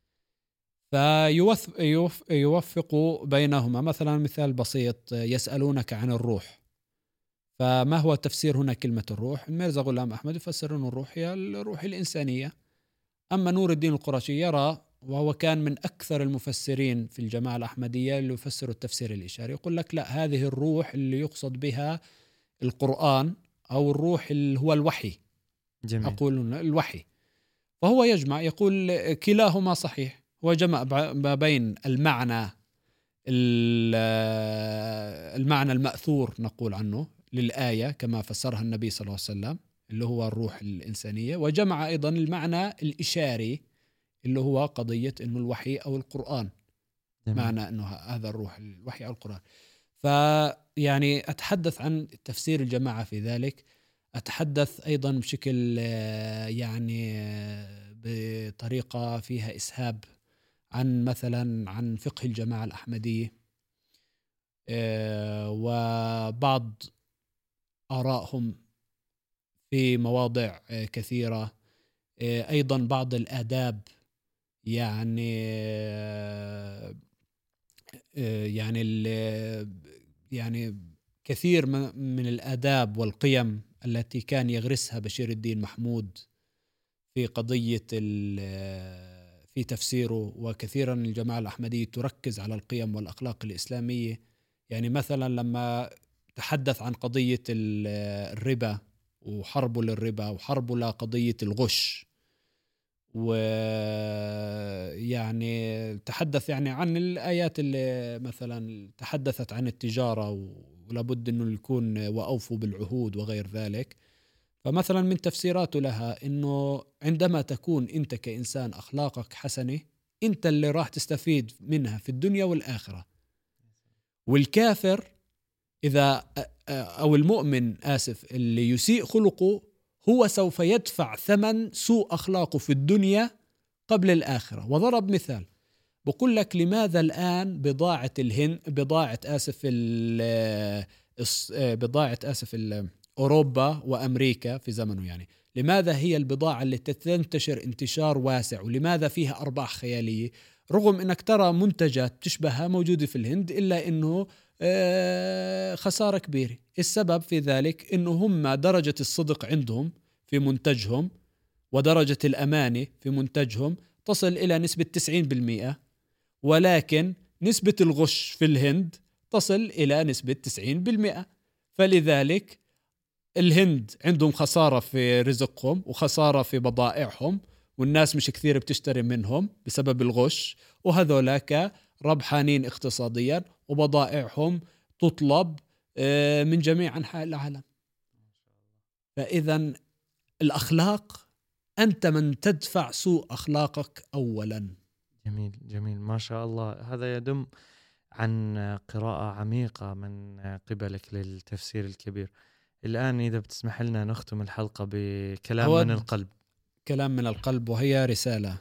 فيوفق بينهما. مثلا مثال بسيط، يسألونك عن الروح، فما هو تفسير هنا كلمة الروح؟ الميرزا غلام أحمد يفسر أن الروح هي الروح الإنسانية، أما نور الدين القرشي يرى، وهو كان من أكثر المفسرين في الجماعة الأحمدية اللي يفسروا التفسير الإشاري، يقول لك لا، هذه الروح اللي يقصد بها القرآن أو الروح اللي هو الوحي. جميل. أقول الوحي، فهو يجمع، يقول كلاهما صحيح، هو جمع ما بين المعنى المعنى المأثور نقول عنه للآية كما فسرها النبي صلى الله عليه وسلم اللي هو الروح الإنسانية، وجمع أيضا المعنى الإشاري اللي هو قضية إنه الوحي أو القرآن. جميل. معنى إنه هذا الروح الوحي أو القرآن. فيعني أتحدث عن تفسير الجماعة في ذلك، أتحدث أيضا بشكل يعني بطريقة فيها إسهاب عن مثلا عن فقه الجماعة الأحمدية وبعض آرائهم في مواضع كثيرة، أيضا بعض الآداب، يعني يعني يعني كثير من الآداب والقيم التي كان يغرسها بشير الدين محمود في قضية في تفسيره. وكثيرا الجماعة الأحمدية تركز على القيم والأخلاق الإسلامية، يعني مثلا لما تحدث عن قضية الربا وحربه للربا وحربه لقضية الغش، ويعني تحدث يعني عن الآيات اللي مثلا تحدثت عن التجارة ولابد أنه يكون وأوفوا بالعهود وغير ذلك. فمثلا من تفسيراته لها أنه عندما تكون أنت كإنسان أخلاقك حسنة، أنت اللي راح تستفيد منها في الدنيا والآخرة، والكافر إذا أو المؤمن آسف اللي يسيء خلقه هو سوف يدفع ثمن سوء أخلاقه في الدنيا قبل الآخرة. وضرب مثال، بقول لك لماذا الآن بضاعة الهند بضاعة آسف بضاعة آسف أوروبا وأمريكا في زمنه، يعني لماذا هي البضاعة اللي تنتشر انتشار واسع ولماذا فيها أرباح خيالية، رغم أنك ترى منتجات تشبهها موجودة في الهند إلا أنه خسارة كبيرة؟ السبب في ذلك أنه هم درجة الصدق عندهم في منتجهم ودرجة الأمانة في منتجهم تصل إلى نسبة تسعين بالمئة، ولكن نسبة الغش في الهند تصل إلى نسبة تسعين بالمئة. فلذلك الهند عندهم خسارة في رزقهم وخسارة في بضائعهم، والناس مش كثير بتشتري منهم بسبب الغش، وهذولاك ربحانين اقتصاديا وبضائعهم تطلب من جميع أنحاء العالم. فإذا الأخلاق أنت من تدفع سوء أخلاقك أولا. جميل جميل ما شاء الله. هذا يدم عن قراءة عميقة من قبلك للتفسير الكبير. الآن إذا بتسمح لنا نختم الحلقة بكلام من القلب. كلام من القلب، وهي رسالة.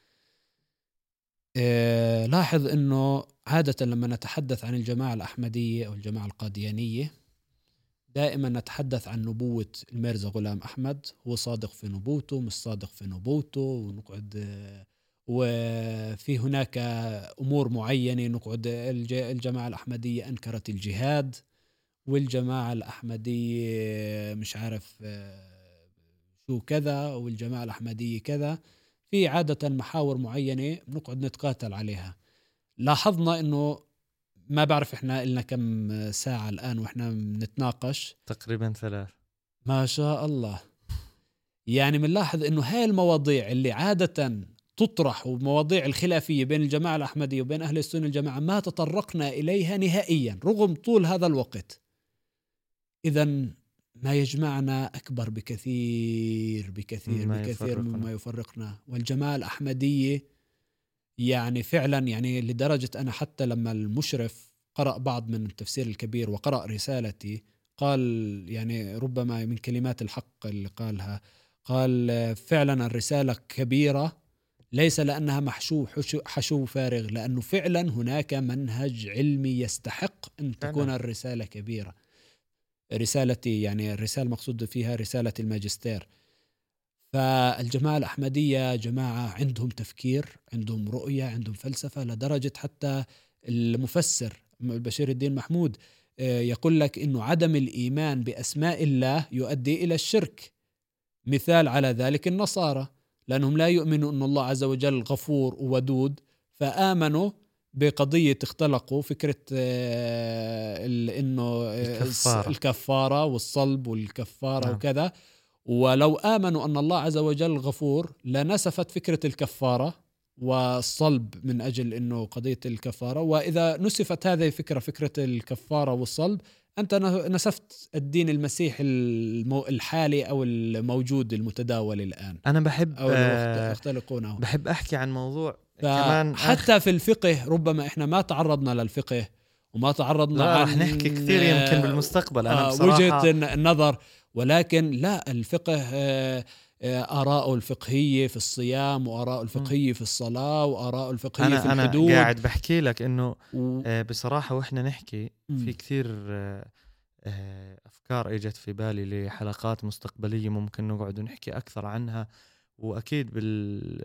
إيه لاحظ أنه عادة لما نتحدث عن الجماعة الأحمدية أو الجماعة القاديانية دائما نتحدث عن نبوة الميرزا غلام أحمد، هو صادق في نبوته مش صادق في نبوته، ونقعد وفي هناك أمور معينة نقعد الجماعة الأحمدية أنكرت الجهاد، والجماعة الأحمدية مش عارف شو كذا، والجماعة الأحمدية كذا. في عادة محاور معينة نقعد نتقاتل عليها. لاحظنا إنه ما بعرف إحنا إلنا كم ساعة الآن وإحنا نتناقش، تقريبا ثلاث. ما شاء الله. يعني بنلاحظ إنه هاي المواضيع اللي عادة تطرح ومواضيع الخلافية بين الجماعة الأحمدية وبين أهل السنة الجماعة ما تطرقنا إليها نهائيا رغم طول هذا الوقت. إذن ما يجمعنا أكبر بكثير بكثير ما بكثير يفرقنا. مما يفرقنا. والجماعة الأحمدية يعني فعلا يعني لدرجة أنا حتى لما المشرف قرأ بعض من التفسير الكبير وقرأ رسالتي قال يعني ربما من كلمات الحق اللي قالها، قال فعلا الرسالة كبيرة ليس لأنها محشو حشو, حشو فارغ، لأنه فعلا هناك منهج علمي يستحق أن تكون الرسالة كبيرة. رسالتي يعني الرسالة مقصود فيها رسالة الماجستير. فالجماعة الأحمدية جماعة عندهم تفكير، عندهم رؤية، عندهم فلسفة، لدرجة حتى المفسر بشير الدين محمود يقول لك إنه عدم الإيمان بأسماء الله يؤدي إلى الشرك. مثال على ذلك النصارى، لأنهم لا يؤمنوا أن الله عز وجل غفور وودود، فآمنوا بقضية اختلقوا فكرة إنه الكفارة. الكفارة والصلب والكفارة نعم. وكذا. ولو آمنوا أن الله عز وجل غفور لنسفت فكرة الكفارة والصلب من أجل أنه قضية الكفارة. وإذا نسفت هذه الفكرة فكرة الكفارة والصلب أنت نسفت الدين المسيحي الحالي أو الموجود المتداول الآن. أنا بحب أو آه يختلقونه. بحب أحكي عن موضوع كمان حتى أخ... في الفقه ربما إحنا ما تعرضنا للفقه وما تعرضنا لا عن رح نحكي كثير يمكن بالمستقبل. أنا آه بصراحة وجهة النظر، ولكن لا الفقه آه آراء الفقهية في الصيام وآراء الفقهية في الصلاة وآراء الفقهية أنا في الحدود. أنا قاعد بحكي لك إنه و... آه بصراحة وإحنا نحكي م. في كثير آه آه أفكار إجت في بالي لحلقات مستقبلية ممكن نقعد ونحكي أكثر عنها، وأكيد بال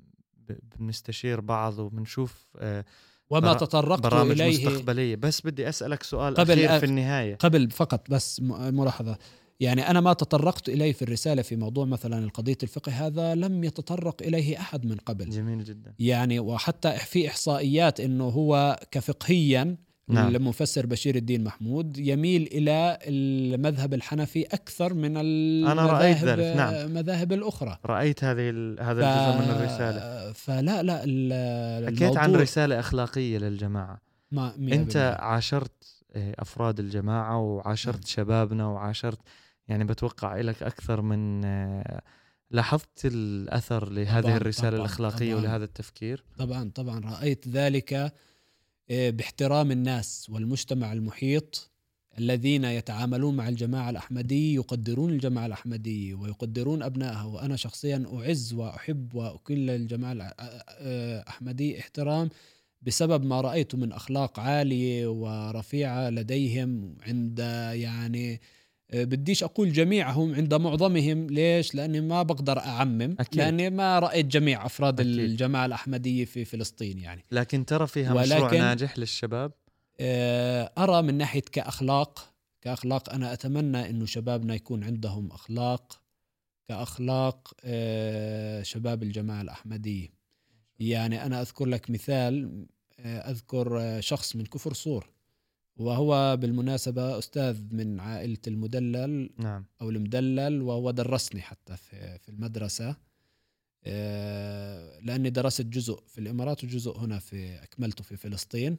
بنستشير بعض وبنشوف آه وما تطرقت برامج إليه مستقبلية. بس بدي أسألك سؤال قبل أخير أ... في النهاية قبل فقط بس ملاحظة، يعني أنا ما تطرقت إليه في الرسالة في موضوع مثلا القضية الفقه، هذا لم يتطرق إليه أحد من قبل. جميل جدا. يعني وحتى في إحصائيات إنه هو كفقهيا نعم. المفسر بشير الدين محمود يميل إلى المذهب الحنفي أكثر من المذاهب نعم. المذاهب الأخرى. رأيت هذه هذا الجزء من الرسالة. فلا لا حكيت عن رسالة أخلاقية للجماعة. ما أنت بالله. عاشرت أفراد الجماعة وعاشرت نعم. شبابنا وعاشرت، يعني بتوقع لك أكثر من لاحظت الأثر لهذه طبعاً الرسالة طبعاً الأخلاقية طبعاً ولهذا التفكير. طبعا طبعا رأيت ذلك باحترام الناس والمجتمع المحيط الذين يتعاملون مع الجماعة الأحمدية، يقدرون الجماعة الأحمدية ويقدرون أبنائها. وأنا شخصيا أعز وأحب وأكل الجماعة الأحمدية احترام بسبب ما رأيته من أخلاق عالية ورفيعة لديهم عند يعني بديش أقول جميعهم، عند معظمهم. ليش؟ لأني ما بقدر أعمم أكيد. لأني ما رأيت جميع أفراد أكيد. الجماعة الأحمدية في فلسطين يعني. لكن ترى فيها مشروع ناجح للشباب. أرى من ناحية كأخلاق كأخلاق أنا أتمنى إنه شبابنا يكون عندهم أخلاق كأخلاق آه، شباب الجماعة الأحمدية. يعني أنا أذكر لك مثال، آه، أذكر آه، شخص من كفر صور، وهو بالمناسبة أستاذ من عائلة المدلل نعم. أو المدلل، وهو درسني حتى في في المدرسة، آه، لأني درست جزء في الإمارات وجزء هنا في أكملته في فلسطين.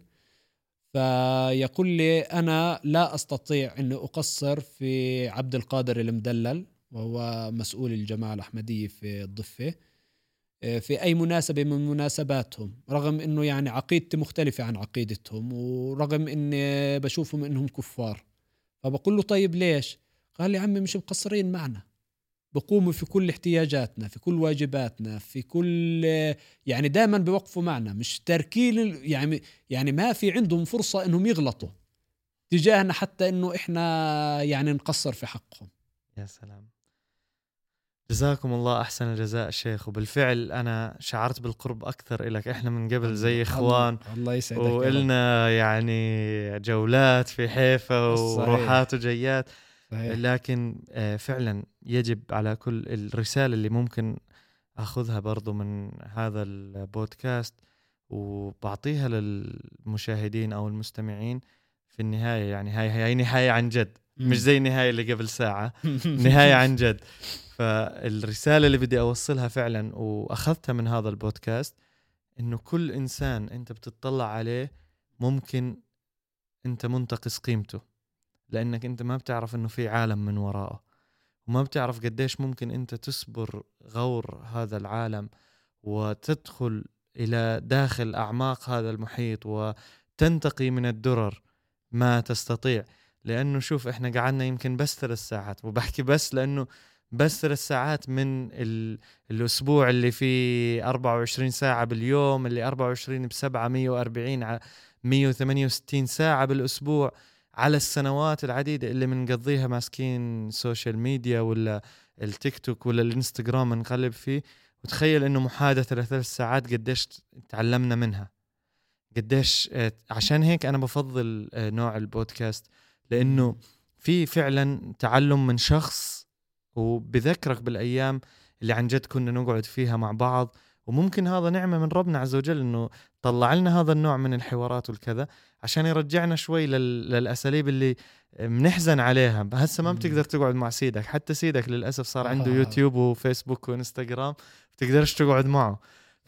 فيقول لي أنا لا أستطيع أن أقصر في عبد القادر المدلل، وهو مسؤول الجماعة الأحمدية في الضفة، في أي مناسبة من مناسباتهم، رغم أنه يعني عقيدتي مختلفة عن عقيدتهم، ورغم أني بشوفهم أنهم كفار. فبقول له طيب ليش؟ قال لي عمي مش مقصرين معنا، بقوموا في كل احتياجاتنا، في كل واجباتنا، في كل يعني دائما بيوقفوا معنا، مش تركين يعني يعني ما في عندهم فرصة انهم يغلطوا تجاهنا حتى انه احنا يعني نقصر في حقهم. يا سلام، جزاكم الله أحسن الجزاء شيخ. وبالفعل أنا شعرت بالقرب أكثر إليك، إحنا من قبل زي إخوان، الله يسعدك، وإلنا يعني جولات في حيفا وروحات وجيات. صحيح. لكن فعلا يجب على كل الرسالة اللي ممكن أخذها برضو من هذا البودكاست وبعطيها للمشاهدين أو المستمعين في النهاية، يعني هاي هاي نهاية عن جد، مش زي النهاية اللي قبل ساعة، نهاية عن جد. فالرسالة اللي بدي أوصلها فعلا وأخذتها من هذا البودكاست، إنه كل إنسان أنت بتطلع عليه ممكن أنت منتقص قيمته، لأنك أنت ما بتعرف إنه في عالم من وراءه، وما بتعرف قديش ممكن أنت تصبر غور هذا العالم وتدخل إلى داخل أعماق هذا المحيط وتنتقي من الدرر ما تستطيع. لأنه شوف إحنا قعدنا يمكن بس ثلاث ساعات، وبحكي بس لأنه بس ثلاث ساعات من الأسبوع اللي فيه أربعة وعشرين ساعة باليوم، اللي أربعة وعشرين بسبعة مية وأربعين مية وثمانية وستين ساعة بالأسبوع، على السنوات العديدة اللي منقضيها ماسكين سوشيال ميديا ولا التيك توك ولا الانستغرام نقلب فيه. وتخيل إنه محادثة لثلاث ساعات قديش تعلمنا منها، قديش. عشان هيك أنا بفضل نوع البودكاست، لأنه في فعلا تعلم من شخص وبذكرك بالأيام اللي عن جد كنا نقعد فيها مع بعض. وممكن هذا نعمة من ربنا عز وجل إنه طلع لنا هذا النوع من الحوارات والكذا عشان يرجعنا شوي لل... للأساليب اللي منحزن عليها. هسه ما بتقدر تقعد مع سيدك، حتى سيدك للأسف صار آه. عنده يوتيوب وفيسبوك وإنستغرام، بتقدرش تقعد معه.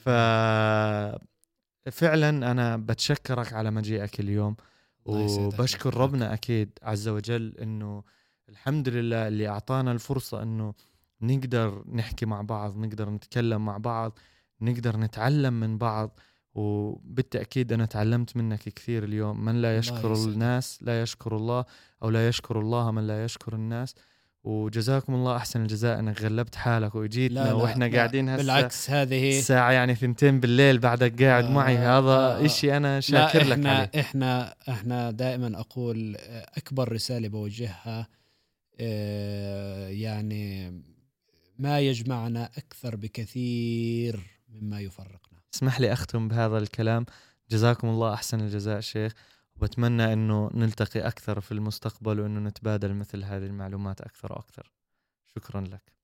ففعلا أنا بتشكرك على مجيئك اليوم، وبشكر ربنا أكيد عز وجل إنه الحمد لله اللي أعطانا الفرصة إنه نقدر نحكي مع بعض، نقدر نتكلم مع بعض، نقدر نتعلم من بعض. وبالتأكيد أنا تعلمت منك كثير اليوم. من لا يشكر الناس لا يشكر الله، أو لا يشكر الله من لا يشكر الناس. وجزاكم الله أحسن الجزاء أنك غلبت حالك وجيتنا. لا لا وإحنا لا قاعدين هسه بالعكس، هذه الساعة يعني ثنتين بالليل بعدك قاعد آه معي، هذا آه إشي أنا شاكر لك إحنا عليه. إحنا إحنا دائما أقول أكبر رسالة بوجهها يعني ما يجمعنا أكثر بكثير مما يفرقنا. اسمح لي أختم بهذا الكلام. جزاكم الله أحسن الجزاء شيخ، وبتمنى أنه نلتقي أكثر في المستقبل، وأنه نتبادل مثل هذه المعلومات أكثر وأكثر. شكرا لك.